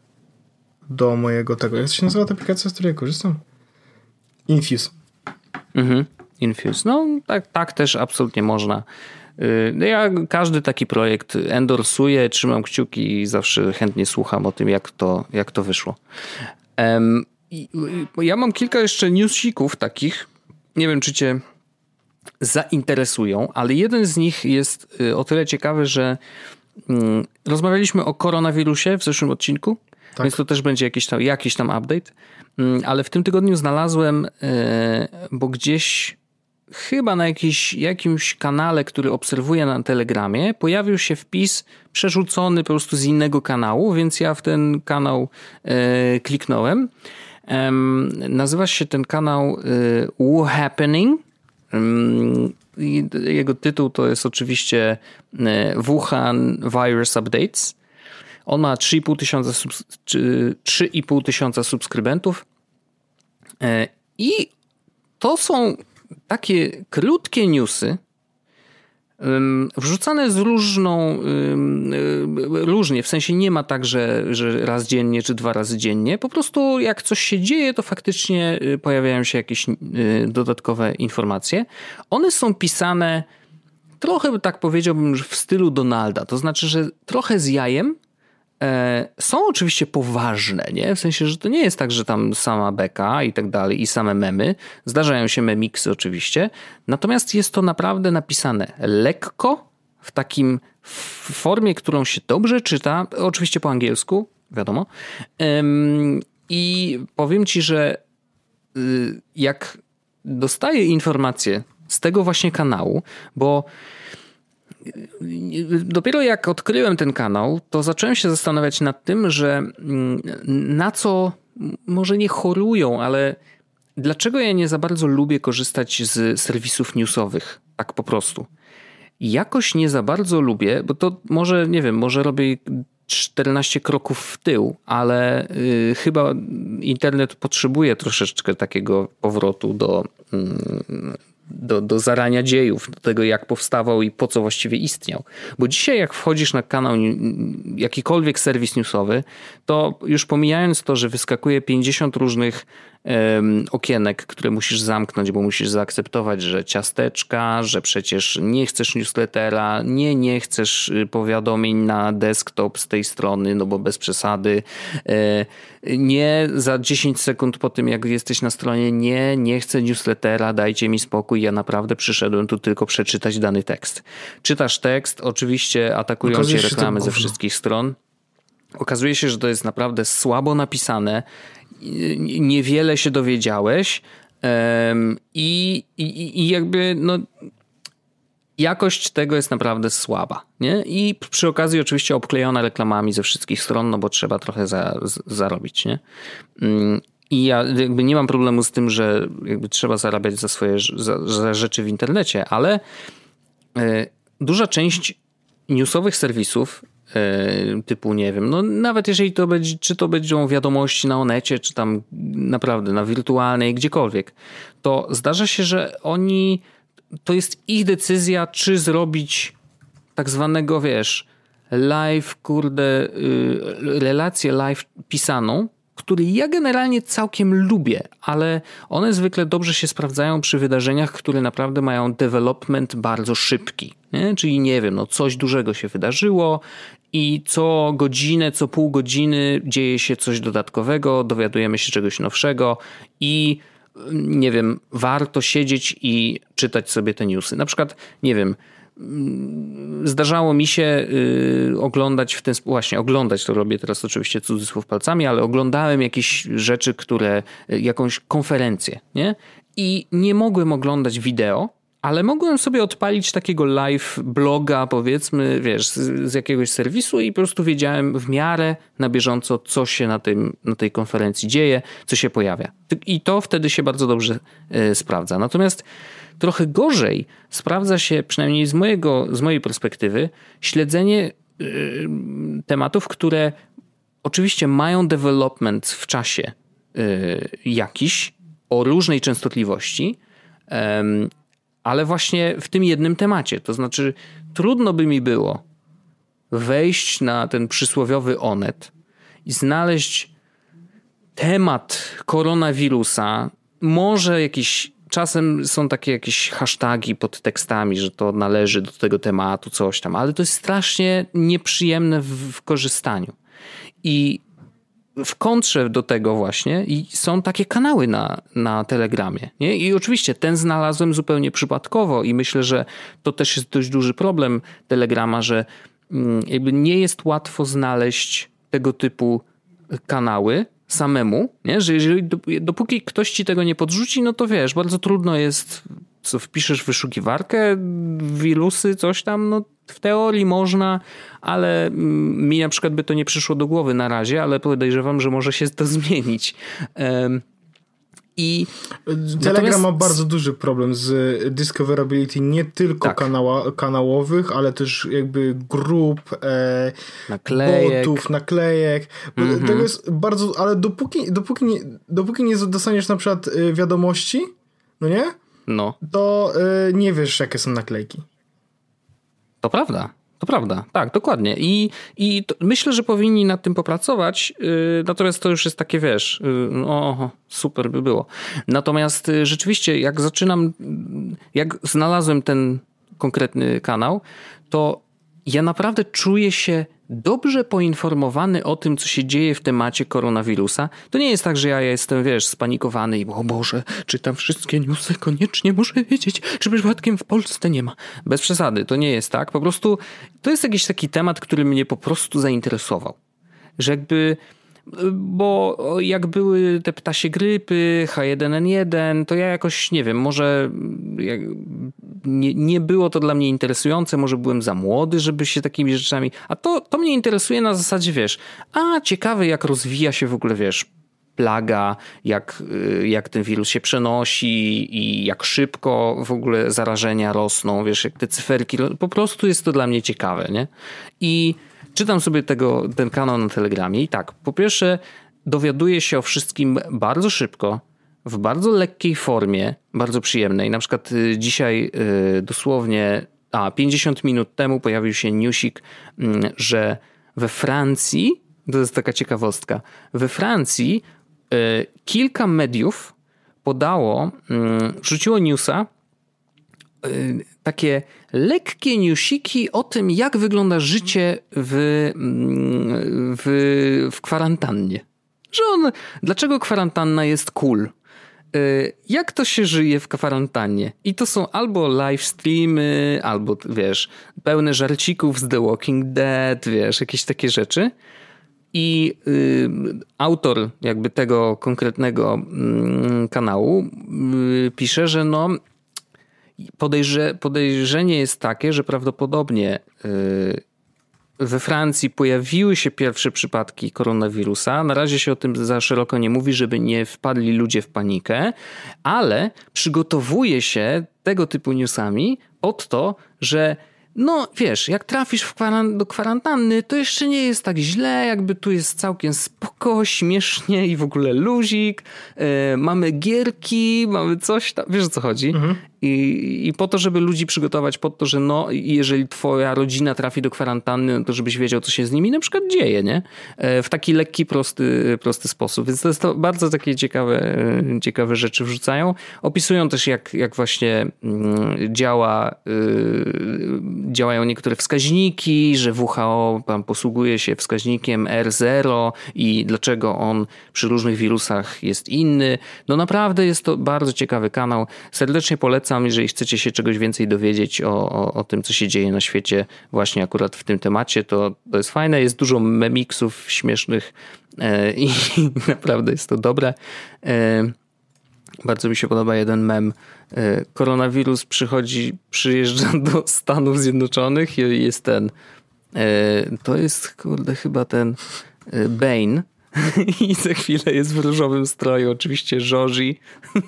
B: do mojego tego. Jak to się nazywa ta aplikacja, z której korzystam? Infuse.
A: Mhm. Infuse. No tak, tak też absolutnie można. Ja każdy taki projekt endorsuję, trzymam kciuki i zawsze chętnie słucham o tym, jak to, jak to wyszło. Um, i, i, ja mam kilka jeszcze newsików takich, nie wiem czy cię zainteresują, ale jeden z nich jest o tyle ciekawy, że mm, rozmawialiśmy o koronawirusie w zeszłym odcinku, tak. Więc to też będzie jakiś tam, jakiś tam update, mm, ale w tym tygodniu znalazłem, e, bo gdzieś chyba na jakiś, jakimś kanale, który obserwuję na Telegramie, pojawił się wpis przerzucony po prostu z innego kanału, więc ja w ten kanał e, kliknąłem. E, nazywa się ten kanał e, What Happening. E, jego tytuł to jest oczywiście e, Wuhan Virus Updates. On ma trzy i pół tysiąca, trzy i pół tysiąca subskrybentów e, i to są takie krótkie newsy, wrzucane z różną, różnie, w sensie nie ma tak, że, że raz dziennie czy dwa razy dziennie. Po prostu jak coś się dzieje, to faktycznie pojawiają się jakieś dodatkowe informacje. One są pisane trochę, tak powiedziałbym, w stylu Donalda. To znaczy, że trochę z jajem. Są oczywiście poważne, nie? W sensie, że to nie jest tak, że tam sama beka i tak dalej i same memy. Zdarzają się memiksy oczywiście. Natomiast jest to naprawdę napisane lekko, w takim w formie, którą się dobrze czyta. Oczywiście po angielsku, wiadomo. I powiem ci, że jak dostaję informacje z tego właśnie kanału, bo dopiero jak odkryłem ten kanał, to zacząłem się zastanawiać nad tym, że na co może nie chorują, ale dlaczego ja nie za bardzo lubię korzystać z serwisów newsowych, tak po prostu. Jakoś nie za bardzo lubię, bo to może, nie wiem, może robię czternaście kroków w tył, ale yy, chyba internet potrzebuje troszeczkę takiego powrotu do... Yy, Do, do zarania dziejów, do tego jak powstawał i po co właściwie istniał. Bo dzisiaj jak wchodzisz na kanał, jakikolwiek serwis newsowy, to już pomijając to, że wyskakuje pięćdziesiąt różnych um, okienek, które musisz zamknąć, bo musisz zaakceptować, że ciasteczka, że przecież nie chcesz newslettera, nie, nie chcesz powiadomień na desktop z tej strony, no bo bez przesady. Nie za dziesięć sekund po tym, jak jesteś na stronie, nie, nie chcę newslettera, dajcie mi spokój, ja naprawdę przyszedłem tu tylko przeczytać dany tekst. Czytasz tekst, oczywiście atakują cię reklamy ze wszystkich stron. Okazuje się, że to jest naprawdę słabo napisane, niewiele się dowiedziałeś um, i, i, i jakby no jakość tego jest naprawdę słaba, nie? I przy okazji oczywiście obklejona reklamami ze wszystkich stron, no bo trzeba trochę za, z, zarobić, nie? I ja jakby nie mam problemu z tym, że jakby trzeba zarabiać za swoje za, za rzeczy w internecie, ale y, duża część newsowych serwisów y, typu, nie wiem, no nawet jeżeli to będzie, czy to będą wiadomości na Onecie, czy tam naprawdę na wirtualnej, gdziekolwiek, to zdarza się, że oni to jest ich decyzja, czy zrobić tak zwanego, wiesz, live, kurde, yy, relację live pisaną, który ja generalnie całkiem lubię, ale one zwykle dobrze się sprawdzają przy wydarzeniach, które naprawdę mają development bardzo szybki. Nie? Czyli nie wiem, no coś dużego się wydarzyło i co godzinę, co pół godziny dzieje się coś dodatkowego, dowiadujemy się czegoś nowszego i nie wiem, warto siedzieć i czytać sobie te newsy. Na przykład, nie wiem, zdarzało mi się yy, oglądać w ten sposób, właśnie oglądać, to robię teraz oczywiście cudzysłów palcami, ale oglądałem jakieś rzeczy, które, jakąś konferencję, nie? I nie mogłem oglądać wideo, ale mogłem sobie odpalić takiego live bloga, powiedzmy, wiesz, z, z jakiegoś serwisu i po prostu wiedziałem w miarę na bieżąco, co się na, tym, na tej konferencji dzieje, co się pojawia. I to wtedy się bardzo dobrze y, sprawdza. Natomiast trochę gorzej sprawdza się, przynajmniej z, mojego, z mojej perspektywy, śledzenie y, tematów, które oczywiście mają development w czasie y, jakiś, o różnej częstotliwości, y, ale właśnie w tym jednym temacie. To znaczy trudno by mi było wejść na ten przysłowiowy Onet i znaleźć temat koronawirusa, może jakiś, czasem są takie jakieś hasztagi pod tekstami, że to należy do tego tematu, coś tam, ale to jest strasznie nieprzyjemne w, w korzystaniu. I w kontrze do tego właśnie i są takie kanały na, na Telegramie. Nie? I oczywiście ten znalazłem zupełnie przypadkowo i myślę, że to też jest dość duży problem Telegrama, że jakby nie jest łatwo znaleźć tego typu kanały samemu, nie? Że jeżeli dopóki ktoś ci tego nie podrzuci, no to wiesz, bardzo trudno jest, co wpiszesz w wyszukiwarkę, wirusy, coś tam, no w teorii można, ale mi na przykład by to nie przyszło do głowy na razie, ale podejrzewam, że może się to zmienić. I
B: Telegram natomiast... ma bardzo duży problem z discoverability nie tylko tak. kanała, kanałowych, ale też jakby grup, e, naklejek. botów, naklejek. Mm-hmm. Tego jest bardzo, ale dopóki, dopóki, nie, dopóki nie dostaniesz na przykład wiadomości, no nie?
A: No.
B: To e, nie wiesz, jakie są naklejki.
A: To prawda. To prawda, tak, dokładnie. I, i to, myślę, że powinni nad tym popracować, yy, natomiast to już jest takie, wiesz, yy, o, super by było. Natomiast yy, rzeczywiście, jak zaczynam, jak znalazłem ten konkretny kanał, to ja naprawdę czuję się dobrze poinformowany o tym, co się dzieje w temacie koronawirusa. To nie jest tak, że ja jestem, wiesz, spanikowany i o Boże, czytam wszystkie newsy, koniecznie muszę wiedzieć, czy przypadkiem w Polsce nie ma. Bez przesady, to nie jest tak. Po prostu to jest jakiś taki temat, który mnie po prostu zainteresował. Że jakby... Bo jak były te ptasie grypy, H jeden N jeden, to ja jakoś, nie wiem, może nie, nie było to dla mnie interesujące, może byłem za młody, żeby się takimi rzeczami... A to, to mnie interesuje na zasadzie, wiesz, a ciekawe jak rozwija się w ogóle, wiesz, plaga, jak, jak ten wirus się przenosi i jak szybko w ogóle zarażenia rosną, wiesz, jak te cyferki... Po prostu jest to dla mnie ciekawe, nie? I... Czytam sobie tego, ten kanał na Telegramie i tak, po pierwsze dowiaduję się o wszystkim bardzo szybko, w bardzo lekkiej formie, bardzo przyjemnej. Na przykład dzisiaj dosłownie, a pięćdziesiąt minut temu pojawił się newsik, że we Francji, to jest taka ciekawostka, we Francji kilka mediów podało, rzuciło newsa, takie lekkie newsiki o tym, jak wygląda życie w, w, w kwarantannie. Że on, dlaczego kwarantanna jest cool? Jak to się żyje w kwarantannie? I to są albo live streamy, albo wiesz, pełne żarcików z The Walking Dead, wiesz, jakieś takie rzeczy. I y, autor jakby tego konkretnego y, kanału y, pisze, że no Podejrze, podejrzenie jest takie, że prawdopodobnie we Francji pojawiły się pierwsze przypadki koronawirusa. Na razie się o tym za szeroko nie mówi, żeby nie wpadli ludzie w panikę, ale przygotowuje się tego typu newsami pod to, że no wiesz, jak trafisz w kwaran- do kwarantanny, to jeszcze nie jest tak źle, jakby tu jest całkiem spoko, śmiesznie i w ogóle luzik. Yy, mamy gierki, mamy coś tam, wiesz o co chodzi. Mhm. I, I po to, żeby ludzi przygotować pod to, że no jeżeli twoja rodzina trafi do kwarantanny, no to żebyś wiedział, co się z nimi na przykład dzieje, nie? Yy, w taki lekki, prosty, prosty sposób. Więc to jest to bardzo takie ciekawe, yy, ciekawe rzeczy wrzucają. Opisują też jak, jak właśnie yy, działa yy, działają niektóre wskaźniki, że W H O tam posługuje się wskaźnikiem R zero i dlaczego on przy różnych wirusach jest inny. No naprawdę jest to bardzo ciekawy kanał. Serdecznie polecam, jeżeli chcecie się czegoś więcej dowiedzieć o, o, o tym, co się dzieje na świecie właśnie akurat w tym temacie, to, to jest fajne. Jest dużo memiksów śmiesznych e, i naprawdę jest to dobre. E, Bardzo mi się podoba jeden mem. Koronawirus przychodzi, przyjeżdża do Stanów Zjednoczonych i jest ten, to jest kurde chyba ten Bane i za chwilę jest w różowym stroju oczywiście Joji.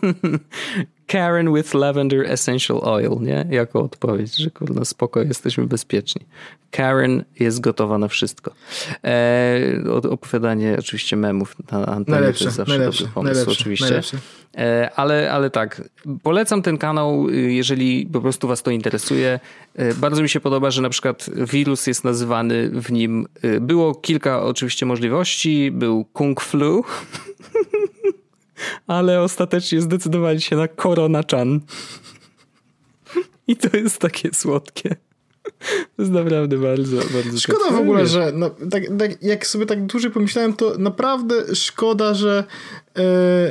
A: Karen with lavender essential oil, nie? Jako odpowiedź, że kurde spoko, jesteśmy bezpieczni. Karen jest gotowa na wszystko. E, opowiadanie oczywiście memów na antenie
B: najlepsze,
A: to jest zawsze
B: najlepsze,
A: dobry pomysł
B: najlepsze,
A: oczywiście.
B: Najlepsze.
A: E, ale, ale tak, polecam ten kanał, jeżeli po prostu was to interesuje. E, bardzo mi się podoba, że na przykład wirus jest nazywany w nim, e, było kilka oczywiście możliwości, był Kung Flu, ale ostatecznie zdecydowali się na Korona-chan. I to jest takie słodkie. To jest naprawdę bardzo, bardzo...
B: Szkoda
A: tak,
B: w ogóle,
A: wiesz.
B: że no, tak, tak, jak sobie tak dłużej pomyślałem, to naprawdę szkoda, że yy,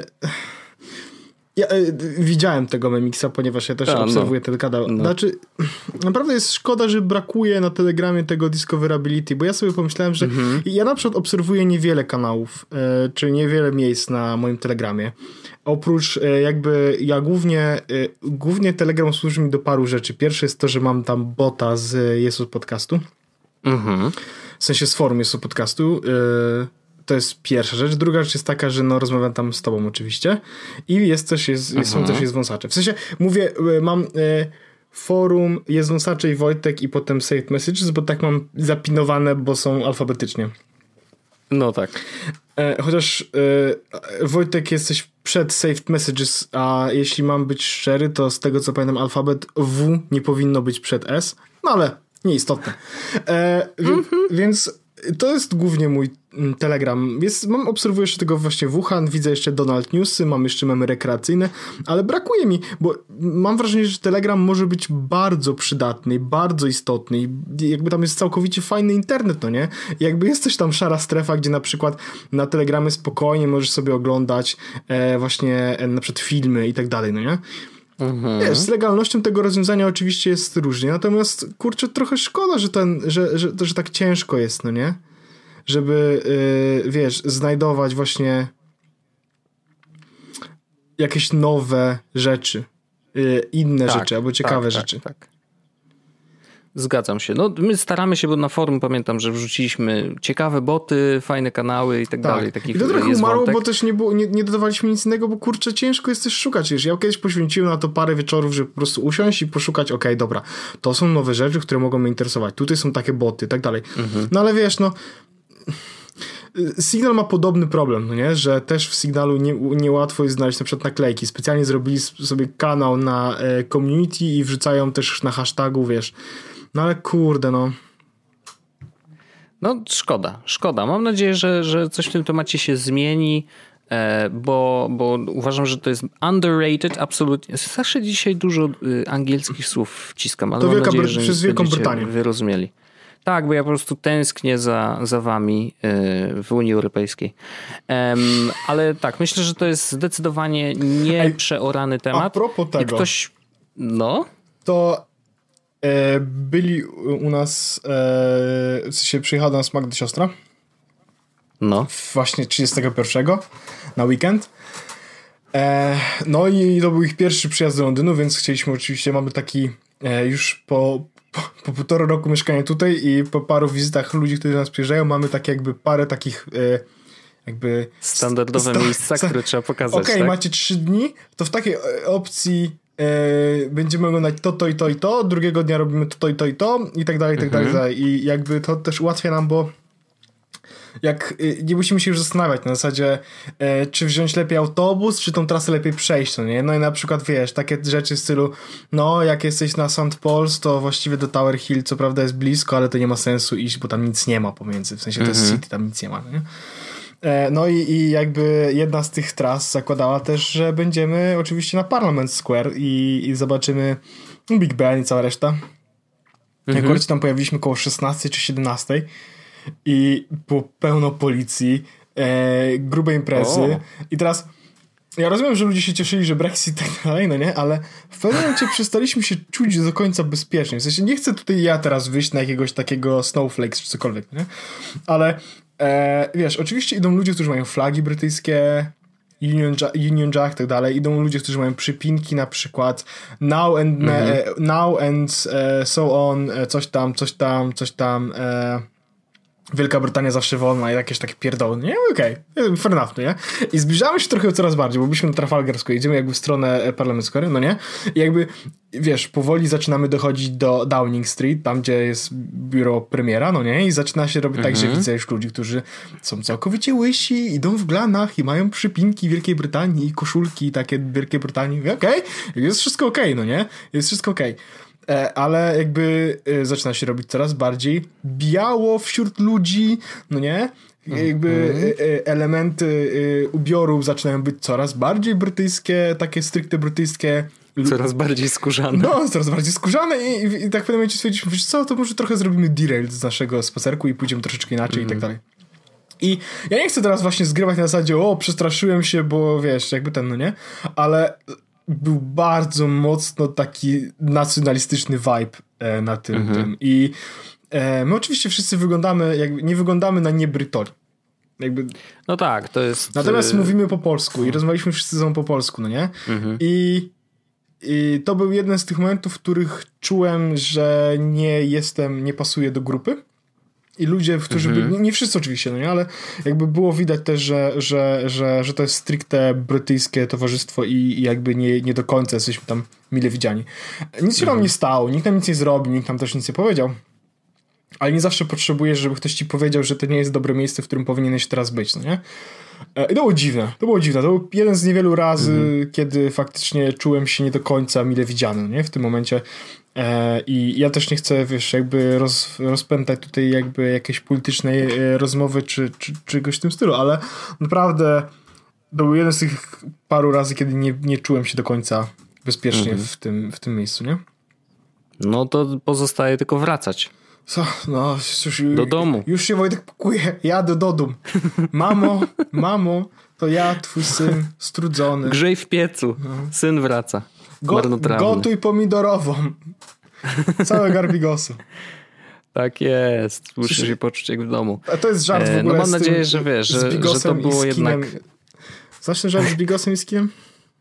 B: ja yy, widziałem tego Memiksa, ponieważ ja też
A: A,
B: obserwuję
A: no.
B: ten kanał.
A: No.
B: Znaczy, naprawdę jest szkoda, że brakuje na Telegramie tego discoverability, bo ja sobie pomyślałem, że
A: Mhm.
B: ja na przykład obserwuję niewiele kanałów, yy, czy niewiele miejsc na moim Telegramie. Oprócz yy, jakby ja głównie yy, głównie Telegram służy mi do paru rzeczy. Pierwsze jest to, że mam tam bota z Jesus Podcastu.
A: Mhm.
B: W sensie z forum jest to podcastu. Yy, to jest pierwsza rzecz. Druga rzecz jest taka, że no rozmawiam tam z tobą oczywiście. I jest też, jest, mhm. są też jest wąsacze. W sensie mówię, yy, mam yy, forum, jest wąsacze i Wojtek i potem saved messages, bo tak mam zapinowane, bo są alfabetycznie.
A: No tak.
B: Yy, chociaż yy, Wojtek jesteś przed saved messages, a jeśli mam być szczery, to z tego co pamiętam alfabet W nie powinno być przed S. No ale nieistotne. E, wie, mm-hmm. Więc to jest głównie mój Telegram. Jest, mam, obserwuję jeszcze tego właśnie Wuhan, widzę jeszcze Donald Newsy, mam jeszcze memy rekreacyjne, ale brakuje mi, bo mam wrażenie, że Telegram może być bardzo przydatny, bardzo istotny i jakby tam jest całkowicie fajny internet, no nie? I jakby jest też tam szara strefa, gdzie na przykład na Telegramie spokojnie możesz sobie oglądać e, właśnie e, na przykład filmy i tak dalej, no nie? Mhm. Wiesz, z legalnością tego rozwiązania oczywiście jest różnie, natomiast kurczę, trochę szkoda, że ten, że, że, że tak ciężko jest, no nie? Żeby, yy, wiesz, znajdować właśnie jakieś nowe rzeczy, yy, inne
A: tak,
B: rzeczy, albo ciekawe
A: tak,
B: rzeczy.
A: Tak, tak. Zgadzam się. No, my staramy się, bo na forum pamiętam, że wrzuciliśmy ciekawe boty, fajne kanały i tak, tak. dalej. Takich
B: I to trochę
A: jest
B: umarło,
A: wątek.
B: bo też nie, było, nie, nie dodawaliśmy nic innego, bo kurczę, ciężko jest też szukać. Wiesz, ja kiedyś poświęciłem na to parę wieczorów, żeby po prostu usiąść i poszukać, okej, okay, dobra, to są nowe rzeczy, które mogą mnie interesować. Tutaj są takie boty i tak dalej. Mhm. No ale wiesz, no Signal ma podobny problem, no nie? Że też w Signalu nie, niełatwo jest znaleźć na przykład naklejki. Specjalnie zrobili sobie kanał na e, community i wrzucają też na hashtagu, wiesz. No ale kurde, no.
A: No szkoda, szkoda. Mam nadzieję, że, że coś w tym temacie się zmieni, e, bo, bo uważam, że to jest underrated, absolutnie. Zawsze dzisiaj dużo y, angielskich słów wciskam, ale
B: to
A: mam
B: Wielka
A: nadzieję,
B: Bry-
A: że
B: przez Wielką Brytanię
A: wyrozumieli. Tak, bo ja po prostu tęsknię za, za wami w Unii Europejskiej. Um, ale tak, myślę, że to jest zdecydowanie nieprzeorany temat.
B: A propos tego.
A: I ktoś, no?
B: To e, byli u nas, e, w sensie przyjechała do nas Magda siostra.
A: No.
B: Właśnie trzydziestego pierwszego na weekend. E, no i to był ich pierwszy przyjazd do Londynu, więc chcieliśmy oczywiście, mamy taki e, już po Po, po półtora roku mieszkania tutaj i po paru wizytach ludzi, którzy do nas przyjeżdżają, mamy takie jakby parę takich e, jakby...
A: Standardowe sta- miejsca, sta- które trzeba pokazać.
B: Okej, okay,
A: tak?
B: macie trzy dni, to w takiej opcji e, będziemy oglądać to, to i to i to, drugiego dnia robimy to, to i to i to i tak dalej, i tak mhm. dalej. I jakby to też ułatwia nam, bo jak nie musimy się już zastanawiać na zasadzie, e, czy wziąć lepiej autobus, czy tą trasę lepiej przejść, no nie? No i na przykład, wiesz, takie rzeczy w stylu, no jak jesteś na Saint Paul's, to właściwie do Tower Hill co prawda jest blisko, ale to nie ma sensu iść, bo tam nic nie ma pomiędzy, w sensie to jest city, tam nic nie ma, no nie? E, no i, i jakby jedna z tych tras zakładała też, że będziemy oczywiście na Parliament Square i, i zobaczymy Big Ben i cała reszta. Mhm. Akurat tam pojawiliśmy koło szesnastej czy siedemnastej i było pełno policji, e, grube imprezy. O. I teraz ja rozumiem, że ludzie się cieszyli, że Brexit i tak dalej, no nie? Ale w pewnym momencie przestaliśmy się czuć do końca bezpiecznie. W sensie nie chcę tutaj ja teraz wyjść na jakiegoś takiego snowflakes czy cokolwiek, nie? Ale e, wiesz, oczywiście idą ludzie, którzy mają flagi brytyjskie, Union Jack, Union Jack i tak dalej. Idą ludzie, którzy mają przypinki na przykład now and, mm-hmm. e, now and e, so on, e, coś tam, coś tam, coś tam... E, Wielka Brytania zawsze wolna i jakieś takie pierdoły. Nie? Okej, okay. Fair enough, nie? I zbliżamy się trochę coraz bardziej, bo byliśmy na Trafalgar Square, idziemy jakby w stronę Parliament Square, no nie? I jakby, wiesz, powoli zaczynamy dochodzić do Downing Street, tam gdzie jest biuro premiera, no nie? I zaczyna się robić mhm. tak, że widzę już ludzi, którzy są całkowicie łysi, idą w glanach i mają przypinki Wielkiej Brytanii i koszulki takie Wielkiej Brytanii. Okej, okay. Jest wszystko okej, okay, no nie? Jest wszystko okej. Okay. Ale jakby zaczyna się robić coraz bardziej biało wśród ludzi, no nie? Jakby mm-hmm. elementy ubioru zaczynają być coraz bardziej brytyjskie, takie stricte brytyjskie.
A: Coraz bardziej skórzane.
B: No, coraz bardziej skórzane i, i, i tak w pewnym momencie stwierdziliśmy, wiesz co, to może trochę zrobimy derail z naszego spacerku i pójdziemy troszeczkę inaczej mm. i tak dalej. I ja nie chcę teraz właśnie zgrywać na zasadzie, o, przestraszyłem się, bo wiesz, jakby ten, no nie? Ale był bardzo mocno taki nacjonalistyczny vibe e, na tym, mm-hmm. tym. I e, my oczywiście wszyscy wyglądamy, jakby nie wyglądamy na niebrytoli. Jakby...
A: No tak, to jest...
B: Natomiast mówimy po polsku i rozmawialiśmy wszyscy ze sobą po polsku, no nie? Mm-hmm. I, I to był jeden z tych momentów, w których czułem, że nie jestem, nie pasuję do grupy. I ludzie, którzy mm-hmm. byli, nie wszyscy oczywiście, no nie, ale jakby było widać też, że, że, że, że to jest stricte brytyjskie towarzystwo i, i jakby nie, nie do końca jesteśmy tam mile widziani. Nic się mm-hmm. nam nie stało, nikt nam nic nie zrobił, nikt nam też nic nie powiedział. Ale nie zawsze potrzebujesz, żeby ktoś ci powiedział, że to nie jest dobre miejsce, w którym powinieneś teraz być, no nie? I to było dziwne, to było dziwne. To był jeden z niewielu razy, mm-hmm. kiedy faktycznie czułem się nie do końca mile widziany, no nie? W tym momencie. E, I ja też nie chcę, wiesz, jakby roz, rozpętać tutaj jakby jakiejś politycznej e, rozmowy czy, czy czegoś w tym stylu, ale naprawdę to był jeden z tych paru razy, kiedy nie, nie czułem się do końca bezpiecznie mm-hmm. w, tym, w tym miejscu, nie?
A: No to pozostaje tylko wracać.
B: Co? No, już,
A: do domu.
B: Już się Wojtek pakuje. Jadę do domu. Mamo, mamo, to ja, twój syn, strudzony.
A: Grzej w piecu. No. Syn wraca.
B: Go, gotuj pomidorową. Całe garbigosu.
A: Tak jest. Muszę się poczuć jak w domu.
B: A to jest żart w ogóle.
A: No mam
B: z
A: nadzieję,
B: tym,
A: że wiesz, że, że to było jednak...
B: Znasz ten żart z bigosem i skinem?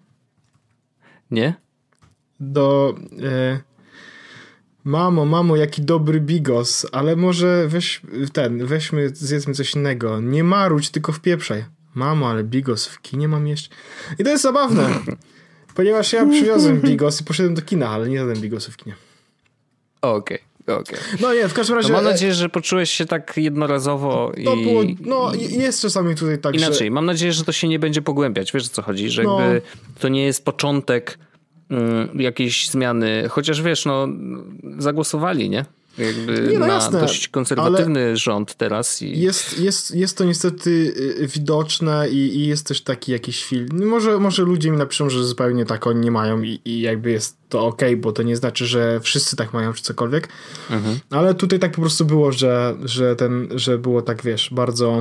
A: Nie?
B: Do... E... Mamo, mamo, jaki dobry bigos, ale może weź ten, weźmy, zjedzmy coś innego. Nie marudź, tylko wpieprzaj. Mamo, ale bigos w kinie mam jeść? I to jest zabawne, ponieważ ja przywiozłem bigos i poszedłem do kina, ale nie jadłem bigosu w kinie.
A: Okej, okay, okej. Okay.
B: No nie, w każdym razie...
A: No mam nadzieję, że poczułeś się tak jednorazowo
B: to
A: i...
B: było, no jest czasami tutaj tak,
A: Inaczej,
B: że...
A: mam nadzieję, że to się nie będzie pogłębiać. Wiesz, o co chodzi? Że no. jakby to nie jest początek jakiejś zmiany, chociaż wiesz, no zagłosowali, nie? Jakby
B: nie, no
A: na
B: jasne,
A: dość konserwatywny rząd teraz. I...
B: Jest, jest, jest to niestety widoczne i, i jest też taki jakiś film. Może, może ludzie mi napiszą, że zupełnie tak oni nie mają i, i jakby jest to okej, okay, bo to nie znaczy, że wszyscy tak mają czy cokolwiek. Mhm. Ale tutaj tak po prostu było, że, że, ten, że było tak, wiesz, bardzo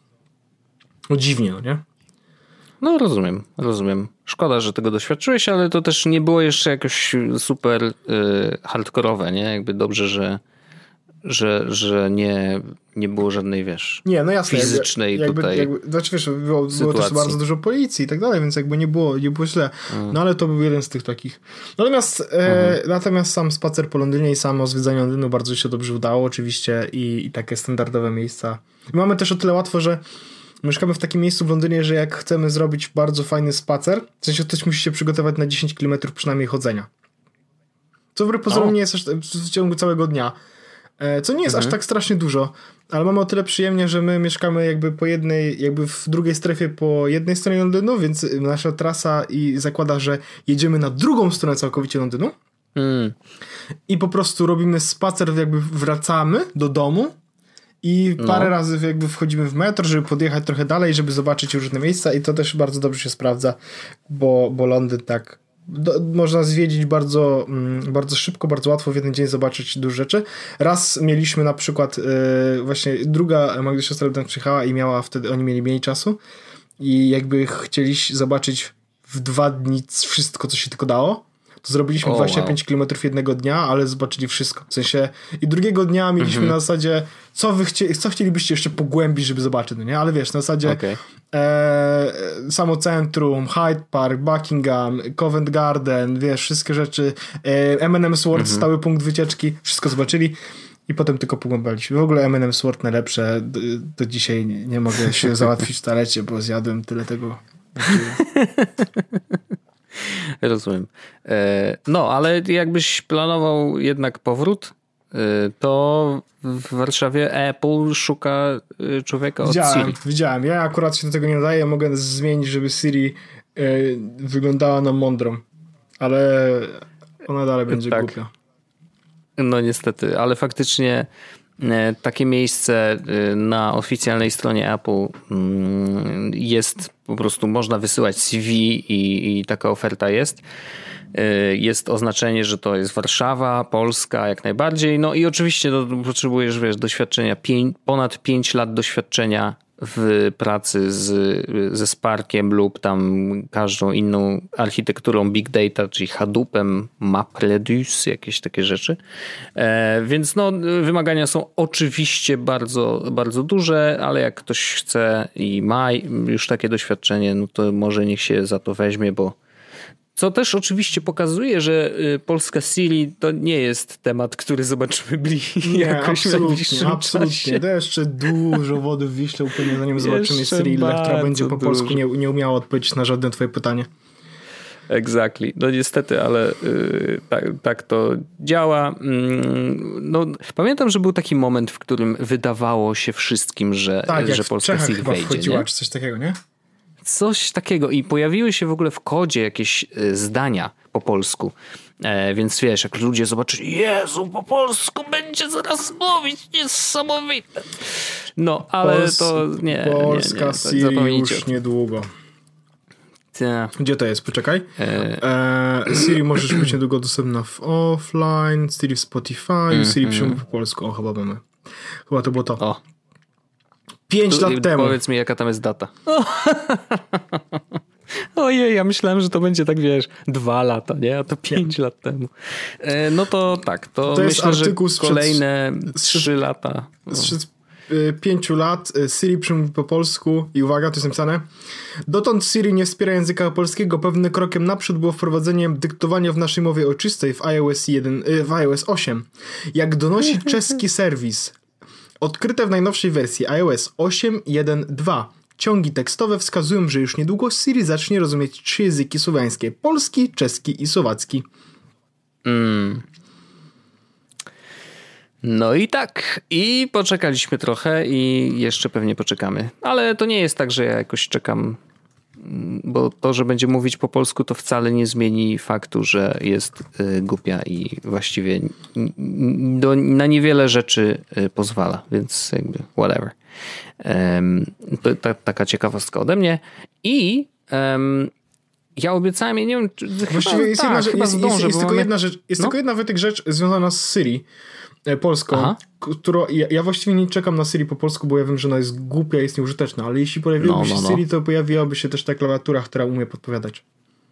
B: no, dziwnie, no nie?
A: No rozumiem, rozumiem. Szkoda, że tego doświadczyłeś, ale to też nie było jeszcze jakoś super y, hardkorowe, nie? Jakby dobrze, że, że, że nie, nie było żadnej, wiesz,
B: nie, no jasne,
A: fizycznej
B: jakby,
A: tutaj
B: jakby, znaczy wiesz, było, było też bardzo dużo policji i tak dalej, więc jakby nie było, nie było źle. Mm. No ale to był jeden z tych takich. Natomiast, e, natomiast sam spacer po Londynie i samo zwiedzanie Londynu bardzo się dobrze udało oczywiście i, i takie standardowe miejsca. I mamy też o tyle łatwo, że mieszkamy w takim miejscu w Londynie, że jak chcemy zrobić bardzo fajny spacer, w sensie ktoś musi się przygotować na dziesięć kilometrów przynajmniej chodzenia. Co wbrew pozorom nie jest aż w ciągu całego dnia. Co nie jest mhm. aż tak strasznie dużo, ale mamy o tyle przyjemnie, że my mieszkamy jakby po jednej, jakby w drugiej strefie po jednej stronie Londynu, więc nasza trasa i zakłada, że jedziemy na drugą stronę całkowicie Londynu mm. i po prostu robimy spacer, jakby wracamy do domu i parę no. razy jakby wchodzimy w metro, żeby podjechać trochę dalej, żeby zobaczyć różne miejsca i to też bardzo dobrze się sprawdza, bo, bo Londyn tak do, można zwiedzić bardzo, mm, bardzo szybko, bardzo łatwo w jeden dzień zobaczyć dużo rzeczy. Raz mieliśmy na przykład yy, właśnie druga Magda siostra tam przyjechała i miała wtedy, oni mieli mniej czasu i jakby chcieli zobaczyć w dwa dni wszystko, co się tylko dało. To zrobiliśmy oh, dwadzieścia pięć wow. kilometrów jednego dnia, ale zobaczyli wszystko. W sensie i drugiego dnia mieliśmy mm-hmm. na zasadzie co wy chcie, co chcielibyście jeszcze pogłębić, żeby zobaczyć, no nie? Ale wiesz, na zasadzie okay. e, samo centrum, Hyde Park, Buckingham, Covent Garden, wiesz, wszystkie rzeczy, e, M and M Sword, mm-hmm. stały punkt wycieczki, wszystko zobaczyli i potem tylko pogłębialiśmy. W ogóle M and M Sword najlepsze, do, do dzisiaj nie, nie mogę się załatwić w toalecie, bo zjadłem tyle tego.
A: Rozumiem. No, ale jakbyś planował jednak powrót, to w Warszawie Apple szuka człowieka od
B: widziałem,
A: Siri.
B: Widziałem. Ja akurat się do tego nie nadaję. Mogę zmienić, żeby Siri wyglądała na mądrą. Ale ona dalej będzie
A: tak.
B: głupia.
A: No niestety, ale faktycznie takie miejsce na oficjalnej stronie Apple jest po prostu, można wysyłać C V i, i taka oferta jest. Jest oznaczenie, że to jest Warszawa, Polska jak najbardziej. No i oczywiście no, potrzebujesz, wiesz, doświadczenia, pię- ponad pięć lat doświadczenia w pracy z, ze Sparkiem lub tam każdą inną architekturą Big Data, czyli Hadoopem, MapReduce, jakieś takie rzeczy. E, więc no, wymagania są oczywiście bardzo, bardzo duże, ale jak ktoś chce i ma już takie doświadczenie, no to może niech się za to weźmie, bo co też oczywiście pokazuje, że polska Siri to nie jest temat, który zobaczymy bliżej.
B: Nie,
A: jakoś
B: absolutnie, absolutnie. To jeszcze dużo wody w Wiśle upłynie, zanim zobaczymy Siri, która będzie po polsku nie, nie umiała odpowiedzieć na żadne twoje pytanie.
A: Exactly. No niestety, ale yy, tak, tak to działa. Yy, no, pamiętam, że był taki moment, w którym wydawało się wszystkim, że,
B: tak,
A: że
B: jak
A: polska
B: w
A: Siri
B: chyba
A: wejdzie.
B: wchodziła,
A: nie?
B: czy coś takiego, nie?
A: Coś takiego i pojawiły się w ogóle w kodzie jakieś zdania po polsku. E, więc wiesz, jak ludzie zobaczyli, Jezu, po polsku będzie zaraz mówić, niesamowite. No, ale Pols- to nie.
B: Polska
A: nie, nie,
B: Siri już niedługo.
A: Ta.
B: Gdzie to jest? Poczekaj. E... E, Siri możesz być niedługo dostępna w offline, Siri w Spotify, mm, Siri mm. przemówi po polsku. O, chyba mamy. Chyba to było to.
A: O.
B: Pięć tu, lat temu.
A: Powiedz mi, jaka tam jest data. Ojej, ja myślałem, że to będzie tak, wiesz, dwa lata, nie? A to pięć nie. lat temu. E, no to tak, to, to myślę, że kolejne trzy lata.
B: Sprzed pięciu lat Siri przemówi po polsku i uwaga, to jest napisane. Dotąd Siri nie wspiera języka polskiego. Pewnym krokiem naprzód było wprowadzenie dyktowania w naszej mowie ojczystej w iOS jeden, w iOS osiem. Jak donosi czeski serwis, odkryte w najnowszej wersji iOS osiem jeden dwa. Ciągi tekstowe wskazują, że już niedługo Siri zacznie rozumieć trzy języki słowiańskie. Polski, czeski i słowacki.
A: Mm. No i tak. I poczekaliśmy trochę i jeszcze pewnie poczekamy. Ale to nie jest tak, że ja jakoś czekam, bo to, że będzie mówić po polsku, to wcale nie zmieni faktu, że jest y, głupia i właściwie do, na niewiele rzeczy y, pozwala, więc jakby whatever. Um, to ta, taka ciekawostka ode mnie. I um, ja obiecałem, ja nie wiem, czy
B: właściwie
A: chyba,
B: jest,
A: tak,
B: jedna,
A: chyba
B: jest,
A: zdążę,
B: jest, jest tylko
A: mamy...
B: jedna rzecz, jest
A: no?
B: tylko jedna wytyk rzecz związana z Siri e, polską, Aha. którą ja, ja właściwie nie czekam na Siri po polsku, bo ja wiem, że ona jest głupia, jest nieużyteczna, ale jeśli pojawiłaby no, się no, no. Siri, to pojawiłaby się też ta klawiatura, która umie podpowiadać.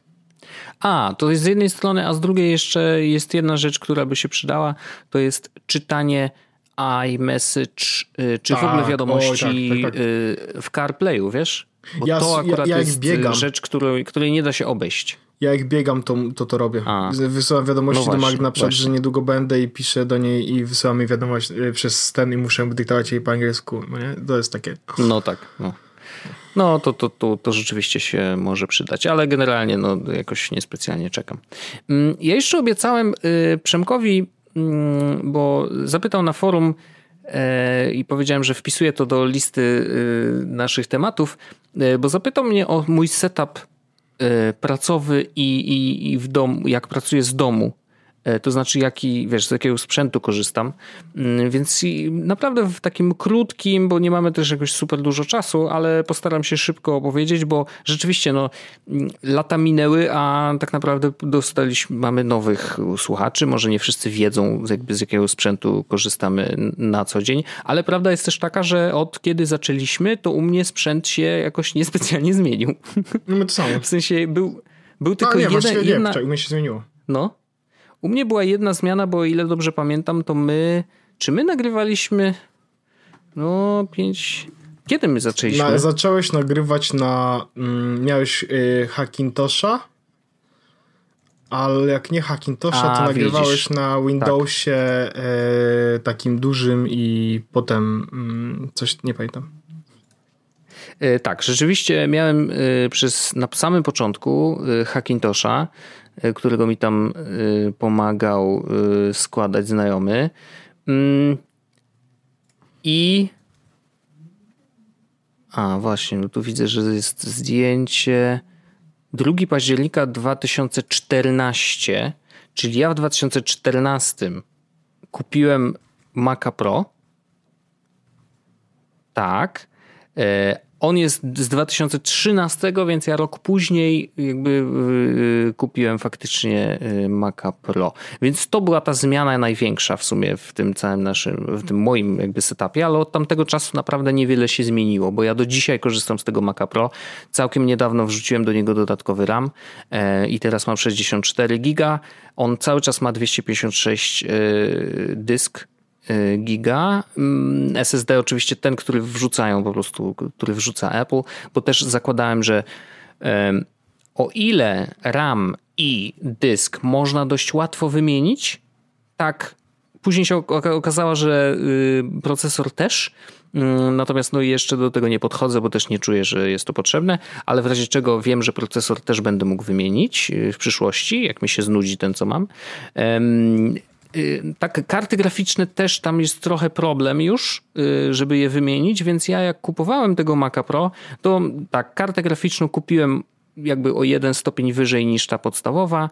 A: A, to jest z jednej strony, a z drugiej jeszcze jest jedna rzecz, która by się przydała, to jest czytanie iMessage, czy tak, w ogóle wiadomości oj, tak, tak, tak. w CarPlayu, wiesz? Bo
B: ja,
A: to akurat
B: ja, ja
A: jest
B: biegam.
A: rzecz, której, której nie da się obejść.
B: Ja jak biegam, to to, to robię. A. Wysyłam wiadomości no do Magdy na przykład, że niedługo będę i piszę do niej i wysyłam jej wiadomość przez ten i muszę dyktować jej po angielsku. No nie? To jest takie...
A: No tak, no. No to, to, to, to rzeczywiście się może przydać, ale generalnie no, jakoś niespecjalnie czekam. Ja jeszcze obiecałem Przemkowi, bo zapytał na forum i powiedziałem, że wpisuję to do listy naszych tematów, bo zapytał mnie o mój setup pracowy i, i, i w domu, jak pracuję z domu. To znaczy, jaki, wiesz, z jakiego sprzętu korzystam. Więc naprawdę w takim krótkim, bo nie mamy też jakoś super dużo czasu, ale postaram się szybko opowiedzieć, bo rzeczywiście no, lata minęły, a tak naprawdę dostaliśmy, mamy nowych słuchaczy. Może nie wszyscy wiedzą, jakby z jakiego sprzętu korzystamy na co dzień, ale prawda jest też taka, że od kiedy zaczęliśmy, to u mnie sprzęt się jakoś niespecjalnie zmienił.
B: No my to samo.
A: W sensie był, był tylko
B: no, nie,
A: jeden...
B: nie,
A: jedna...
B: u mnie się zmieniło.
A: No. U mnie była jedna zmiana, bo o ile dobrze pamiętam, to my... Czy my nagrywaliśmy... No, pięć... Kiedy my zaczęliśmy?
B: Na, zacząłeś nagrywać na... Mm, miałeś y, Hackintosha, ale jak nie Hackintosha, to nagrywałeś widzisz. na Windowsie tak. y, takim dużym i potem y, coś, nie pamiętam.
A: Y, tak, rzeczywiście miałem y, przez, na samym początku y, Hackintosha, którego mi tam y, pomagał y, składać znajomy. Mm. I a właśnie, no tu widzę, że jest zdjęcie drugiego października dwa tysiące czternastego, czyli ja w dwa tysiące czternastym kupiłem Maca Pro tak. On jest z dwa tysiące trzynastego, więc ja rok później jakby kupiłem faktycznie Maca Pro. Więc to była ta zmiana największa w sumie w tym całym naszym, w tym moim jakby setupie, ale od tamtego czasu naprawdę niewiele się zmieniło, bo ja do dzisiaj korzystam z tego Maca Pro. Całkiem niedawno wrzuciłem do niego dodatkowy RAM i teraz mam sześćdziesiąt cztery giga. On cały czas ma dwieście pięćdziesiąt sześć dysk giga. S S D oczywiście ten, który wrzucają po prostu, który wrzuca Apple, bo też zakładałem, że um, o ile RAM i dysk można dość łatwo wymienić, tak później się okazało, że y, procesor też, y, natomiast no jeszcze do tego nie podchodzę, bo też nie czuję, że jest to potrzebne, ale w razie czego wiem, że procesor też będę mógł wymienić w przyszłości, jak mi się znudzi ten, co mam. Um, Tak, karty graficzne też tam jest trochę problem już, żeby je wymienić, więc ja jak kupowałem tego Maca Pro, to tak, kartę graficzną kupiłem jakby o jeden stopień wyżej niż ta podstawowa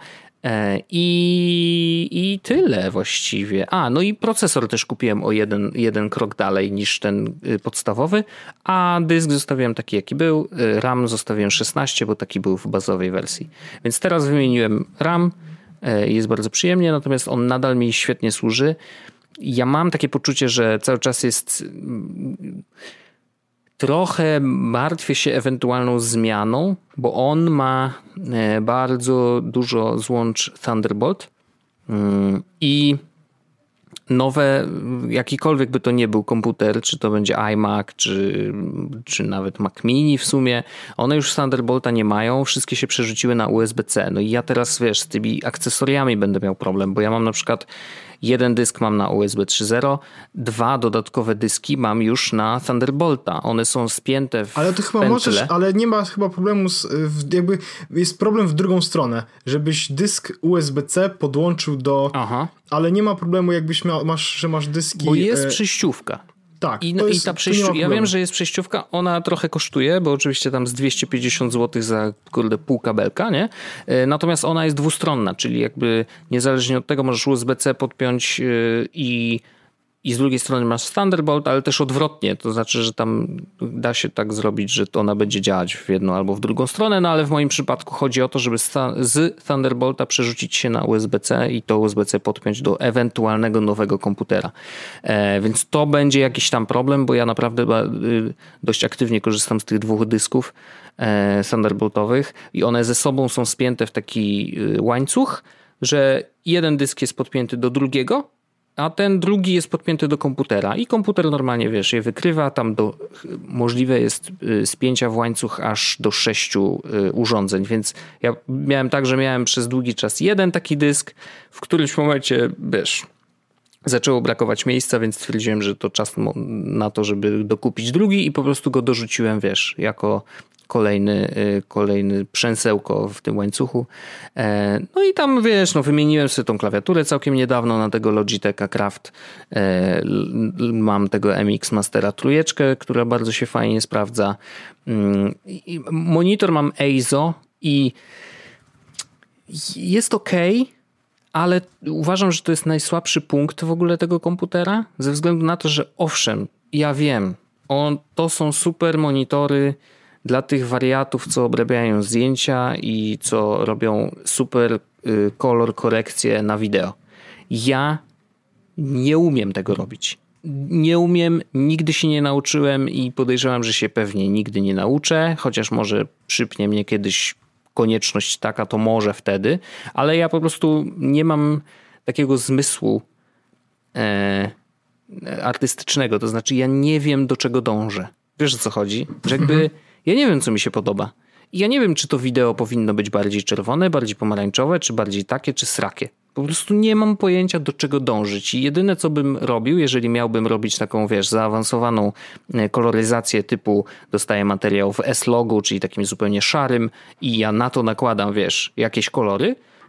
A: i, i tyle właściwie. A, no i procesor też kupiłem o jeden, jeden krok dalej niż ten podstawowy, a dysk zostawiłem taki jaki był, RAM zostawiłem szesnaście, bo taki był w bazowej wersji. Więc teraz wymieniłem RAM, jest bardzo przyjemnie, natomiast on nadal mi świetnie służy. Ja mam takie poczucie, że cały czas jest trochę martwię się ewentualną zmianą, bo on ma bardzo dużo złącz Thunderbolt i nowe, jakikolwiek by to nie był komputer, czy to będzie iMac, czy, czy nawet Mac Mini w sumie, one już Thunderbolta nie mają, wszystkie się przerzuciły na U S B C. No i ja teraz, wiesz, z tymi akcesoriami będę miał problem, bo ja mam na przykład jeden dysk mam na U S B trzy zero, dwa dodatkowe dyski mam już na Thunderbolta. One są spięte w
B: Ale to chyba pętle. Możesz, ale nie ma chyba problemu z, jakby jest problem w drugą stronę, żebyś dysk U S B C podłączył do... Aha. Ale nie ma problemu jakbyś miał, masz, że masz dyski...
A: Bo jest e... przejściówka.
B: Tak.
A: I, jest, i ta przejściu... Ja wiem, że jest przejściówka, ona trochę kosztuje, bo oczywiście tam z dwieście pięćdziesiąt złotych za kurde pół kabelka, nie? Natomiast ona jest dwustronna, czyli jakby niezależnie od tego możesz U S B C podpiąć i, i z drugiej strony masz Thunderbolt, ale też odwrotnie, to znaczy, że tam da się tak zrobić, że ona będzie działać w jedną albo w drugą stronę, no ale w moim przypadku chodzi o to, żeby z Thunderbolta przerzucić się na U S B C i to U S B C podpiąć do ewentualnego nowego komputera. E, więc to będzie jakiś tam problem, bo ja naprawdę dość aktywnie korzystam z tych dwóch dysków e, Thunderboltowych i one ze sobą są spięte w taki łańcuch, że jeden dysk jest podpięty do drugiego, a ten drugi jest podpięty do komputera i komputer normalnie, wiesz, je wykrywa, tam do, możliwe jest spięcia w łańcuch aż do sześciu urządzeń, więc ja miałem tak, że miałem przez długi czas jeden taki dysk, w którymś momencie, wiesz, zaczęło brakować miejsca, więc stwierdziłem, że to czas na to, żeby dokupić drugi i po prostu go dorzuciłem, wiesz, jako kolejny, kolejny przęsełko w tym łańcuchu. No i tam, wiesz, no wymieniłem sobie tą klawiaturę całkiem niedawno na tego Logitecha Craft. Mam tego M X Mastera trójeczkę, która bardzo się fajnie sprawdza. Monitor mam E I Z O i jest okej, ale uważam, że to jest najsłabszy punkt w ogóle tego komputera, ze względu na to, że owszem, ja wiem, on, to są super monitory dla tych wariatów, co obrabiają zdjęcia i co robią super kolor korekcję na wideo. Ja nie umiem tego robić. Nie umiem, nigdy się nie nauczyłem i podejrzewam, że się pewnie nigdy nie nauczę, chociaż może przypnie mnie kiedyś konieczność taka, to może wtedy, ale ja po prostu nie mam takiego zmysłu e, artystycznego, to znaczy ja nie wiem, do czego dążę. Wiesz, o co chodzi? Że jakby ja nie wiem, co mi się podoba. I ja nie wiem, czy to wideo powinno być bardziej czerwone, bardziej pomarańczowe, czy bardziej takie, czy srakie. Po prostu nie mam pojęcia, do czego dążyć. I jedyne, co bym robił, jeżeli miałbym robić taką, wiesz, zaawansowaną koloryzację typu dostaję materiał w S-Logu, czyli takim zupełnie szarym i ja na to nakładam, wiesz, jakieś kolory,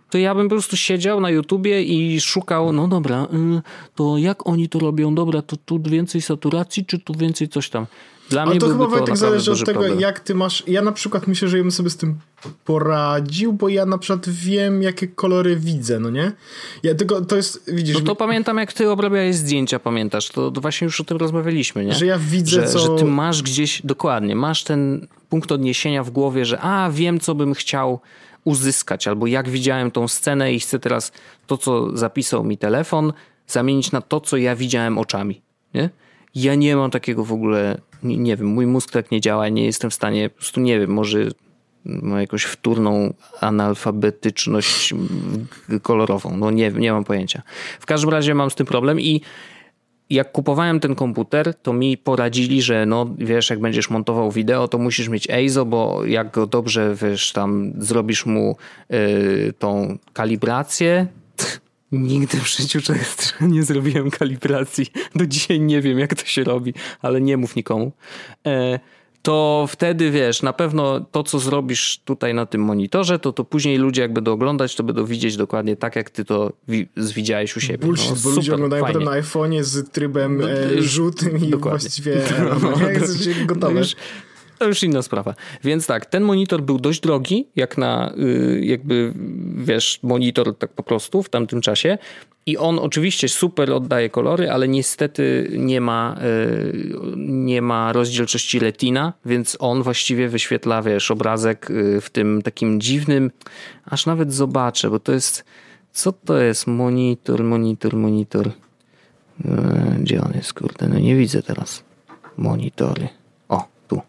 A: to ja bym po prostu siedział na YouTubie i szukał, no dobra, to jak oni to robią? Dobra, to tu więcej saturacji, czy tu więcej coś tam? Dla
B: Ale
A: mnie
B: to chyba
A: to
B: tak zależy od tego,
A: problem.
B: jak ty masz... Ja na przykład myślę, że ja bym sobie z tym poradził, bo ja na przykład wiem, jakie kolory widzę, no nie? Ja tylko, to jest, widzisz...
A: No to pamiętam, jak ty obrabiałeś zdjęcia, pamiętasz? To, to właśnie już o tym rozmawialiśmy, nie?
B: Że ja widzę,
A: że,
B: co...
A: Że ty masz gdzieś, dokładnie, masz ten punkt odniesienia w głowie, że a, wiem, co bym chciał uzyskać, albo jak widziałem tą scenę i chcę teraz to, co zapisał mi telefon, zamienić na to, co ja widziałem oczami, nie? Ja nie mam takiego w ogóle, nie, nie wiem, mój mózg tak nie działa, nie jestem w stanie, po prostu nie wiem, może mam jakąś wtórną analfabetyczność kolorową, no nie, nie mam pojęcia. W każdym razie mam z tym problem i jak kupowałem ten komputer, to mi poradzili, że no wiesz, jak będziesz montował wideo, to musisz mieć E I Z O, bo jak go dobrze, wiesz, tam zrobisz mu yy, tą kalibrację. Nigdy w życiu nie zrobiłem kalibracji. Do dzisiaj nie wiem, jak to się robi, ale nie mów nikomu. E, to wtedy, wiesz, na pewno to, co zrobisz tutaj na tym monitorze, to, to później ludzie jak będą oglądać, to będą widzieć dokładnie tak, jak ty to wi- widziałeś u siebie.
B: Bullshit,
A: no,
B: bo
A: super,
B: ludzie oglądają
A: fajnie.
B: potem na iPhone'ie z trybem
A: no,
B: e, żółtym i
A: dokładnie.
B: właściwie no, no, jak jesteście gotowe.
A: No już, to już inna sprawa. Więc tak, ten monitor był dość drogi, jak na jakby, wiesz, monitor tak po prostu w tamtym czasie. I on oczywiście super oddaje kolory, ale niestety nie ma, nie ma rozdzielczości retina, więc on właściwie wyświetla, wiesz, obrazek w tym takim dziwnym, aż nawet zobaczę, bo to jest, co to jest? Monitor, monitor, monitor. Gdzie on jest, kurde? No nie widzę teraz. Monitory. O, tu.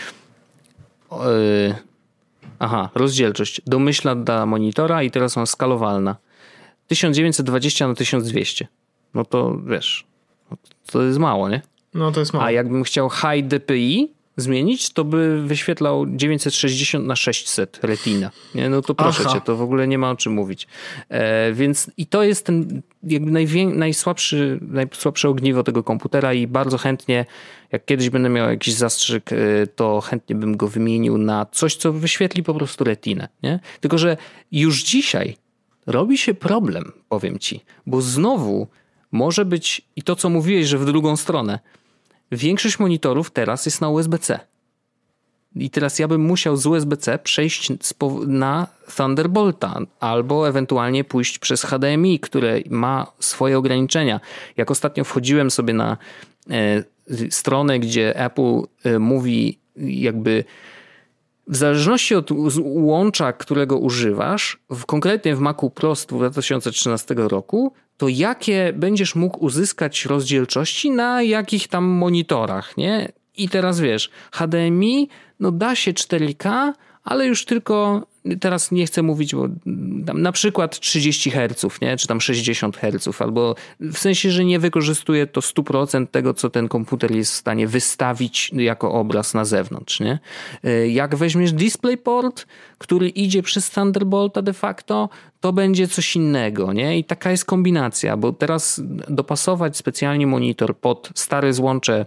A: Yy. Aha, rozdzielczość. Domyślna dla monitora i teraz mam skalowalna. tysiąc dziewięćset dwadzieścia na tysiąc dwieście. No to wiesz, to jest mało, nie?
B: No to jest mało.
A: A jakbym chciał High D P I zmienić, to by wyświetlał dziewięćset sześćdziesiąt na sześćset retina. Nie? No to proszę Aha. cię, to w ogóle nie ma o czym mówić. E, więc i to jest ten jakby najwię- najsłabszy, najsłabsze ogniwo tego komputera i bardzo chętnie, jak kiedyś będę miał jakiś zastrzyk, to chętnie bym go wymienił na coś, co wyświetli po prostu retinę. Nie? Tylko, że już dzisiaj robi się problem, powiem ci, bo znowu może być i to, co mówiłeś, że w drugą stronę, większość monitorów teraz jest na U S B C. I teraz ja bym musiał z U S B C przejść na Thunderbolta albo ewentualnie pójść przez H D M I, które ma swoje ograniczenia. Jak ostatnio wchodziłem sobie na e, stronę, gdzie Apple e, mówi jakby w zależności od łącza, którego używasz, w, konkretnie w Macu Pro z dwa tysiące trzynastego roku, to jakie będziesz mógł uzyskać rozdzielczości na jakich tam monitorach, nie? I teraz wiesz, H D M I, no da się cztery K, ale już tylko, teraz nie chcę mówić, bo tam na przykład trzydzieści herców, nie? Czy tam sześćdziesiąt herców, albo w sensie, że nie wykorzystuje to sto procent tego, co ten komputer jest w stanie wystawić jako obraz na zewnątrz, nie? Jak weźmiesz DisplayPort, który idzie przez Thunderbolta de facto, to będzie coś innego, nie? I taka jest kombinacja, bo teraz dopasować specjalnie monitor pod stare złącze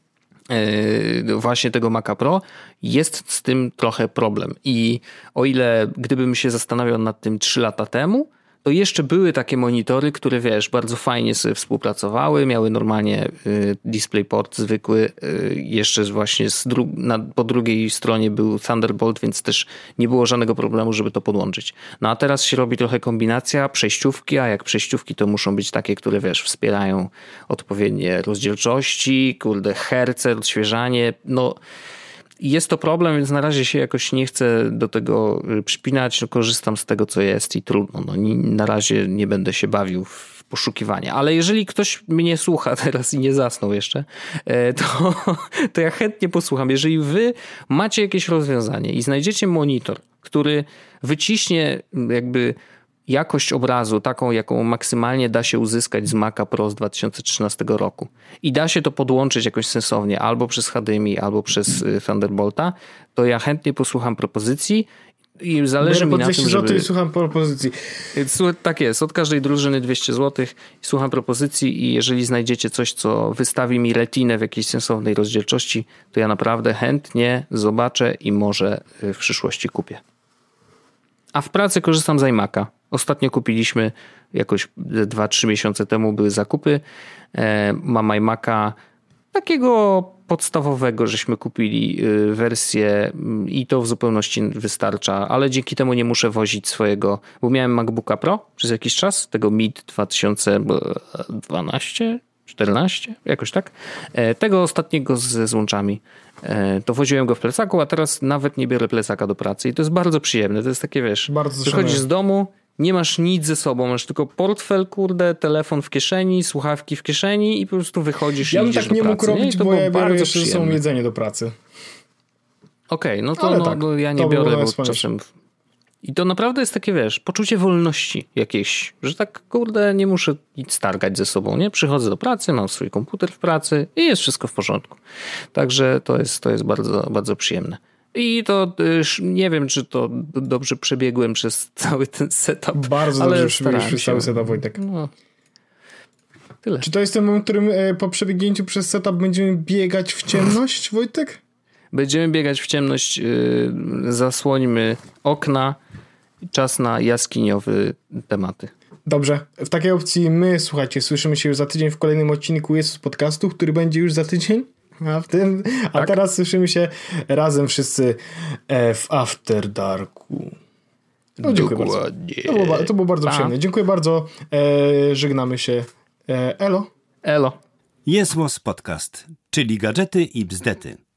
A: właśnie tego Maca Pro, jest z tym trochę problem. I o ile gdybym się zastanawiał nad tym trzy lata temu, to jeszcze były takie monitory, które wiesz, bardzo fajnie sobie współpracowały, miały normalnie DisplayPort zwykły, jeszcze właśnie z dru- na, po drugiej stronie był Thunderbolt, więc też nie było żadnego problemu, żeby to podłączyć. No a teraz się robi trochę kombinacja, przejściówki, a jak przejściówki to muszą być takie, które wiesz, wspierają odpowiednie rozdzielczości, kurde, herce, odświeżanie, no jest to problem, więc na razie się jakoś nie chcę do tego przypinać, korzystam z tego, co jest i trudno. No, na razie nie będę się bawił w poszukiwanie. Ale jeżeli ktoś mnie słucha teraz i nie zasnął jeszcze, to, to ja chętnie posłucham. Jeżeli wy macie jakieś rozwiązanie i znajdziecie monitor, który wyciśnie jakby jakość obrazu, taką jaką maksymalnie da się uzyskać z Maca Pro z dwa tysiące trzynastego roku i da się to podłączyć jakoś sensownie albo przez H D M I, albo przez Thunderbolta, to ja chętnie posłucham propozycji i zależy mi na tym, żeby...
B: złotych słucham propozycji.
A: Tak jest, od każdej drużyny dwieście złotych słucham propozycji i jeżeli znajdziecie coś, co wystawi mi retinę w jakiejś sensownej rozdzielczości, to ja naprawdę chętnie zobaczę i może w przyszłości kupię. A w pracy korzystam z iMac'a. Ostatnio kupiliśmy jakoś dwa trzy miesiące temu były zakupy. Mam iMac'a takiego podstawowego, żeśmy kupili wersję i to w zupełności wystarcza, ale dzięki temu nie muszę wozić swojego, bo miałem MacBooka Pro przez jakiś czas, tego mid dwa tysiące dwanaście, czternaście, jakoś tak. Tego ostatniego ze złączami. To woziłem go w plecaku, a teraz nawet nie biorę plecaka do pracy i to jest bardzo przyjemne. To jest takie, wiesz,
B: bardzo
A: wychodzisz z domu, nie masz nic ze sobą, masz tylko portfel, kurde, telefon w kieszeni, słuchawki w kieszeni i po prostu wychodzisz
B: ja
A: i idziesz
B: tak
A: do pracy.
B: Ja bym tak nie mógł robić,
A: nie?
B: bo ja biorę jeszcze ze sobą jedzenie do pracy.
A: Okej, okay, no to no, tak, no, ja nie biorę, bo czasem... I to naprawdę jest takie, wiesz, poczucie wolności jakieś, że tak, kurde, nie muszę nic targać ze sobą, nie? Przychodzę do pracy, mam swój komputer w pracy i jest wszystko w porządku. Także to jest, to jest bardzo, bardzo przyjemne. I to nie wiem, czy to dobrze przebiegłem przez cały ten setup.
B: Bardzo
A: ale
B: dobrze przebiegłeś przez
A: się.
B: cały setup, Wojtek.
A: No. Tyle.
B: Czy to jest ten moment, w którym po przebiegnięciu przez setup będziemy biegać w ciemność, Wojtek?
A: Będziemy biegać w ciemność, yy, zasłońmy okna. Czas na jaskiniowe tematy.
B: Dobrze. W takiej opcji my, słuchajcie, słyszymy się już za tydzień w kolejnym odcinku Jesus Podcastu, który będzie już za tydzień. A, w tym, a tak? Teraz słyszymy się razem wszyscy w After Darku. No, dziękuję
A: Dokładnie.
B: bardzo. To było, to było bardzo A. przyjemne. Dziękuję bardzo. E, żegnamy się. E, elo.
A: Elo.
C: Jesus Podcast, czyli gadżety i bzdety.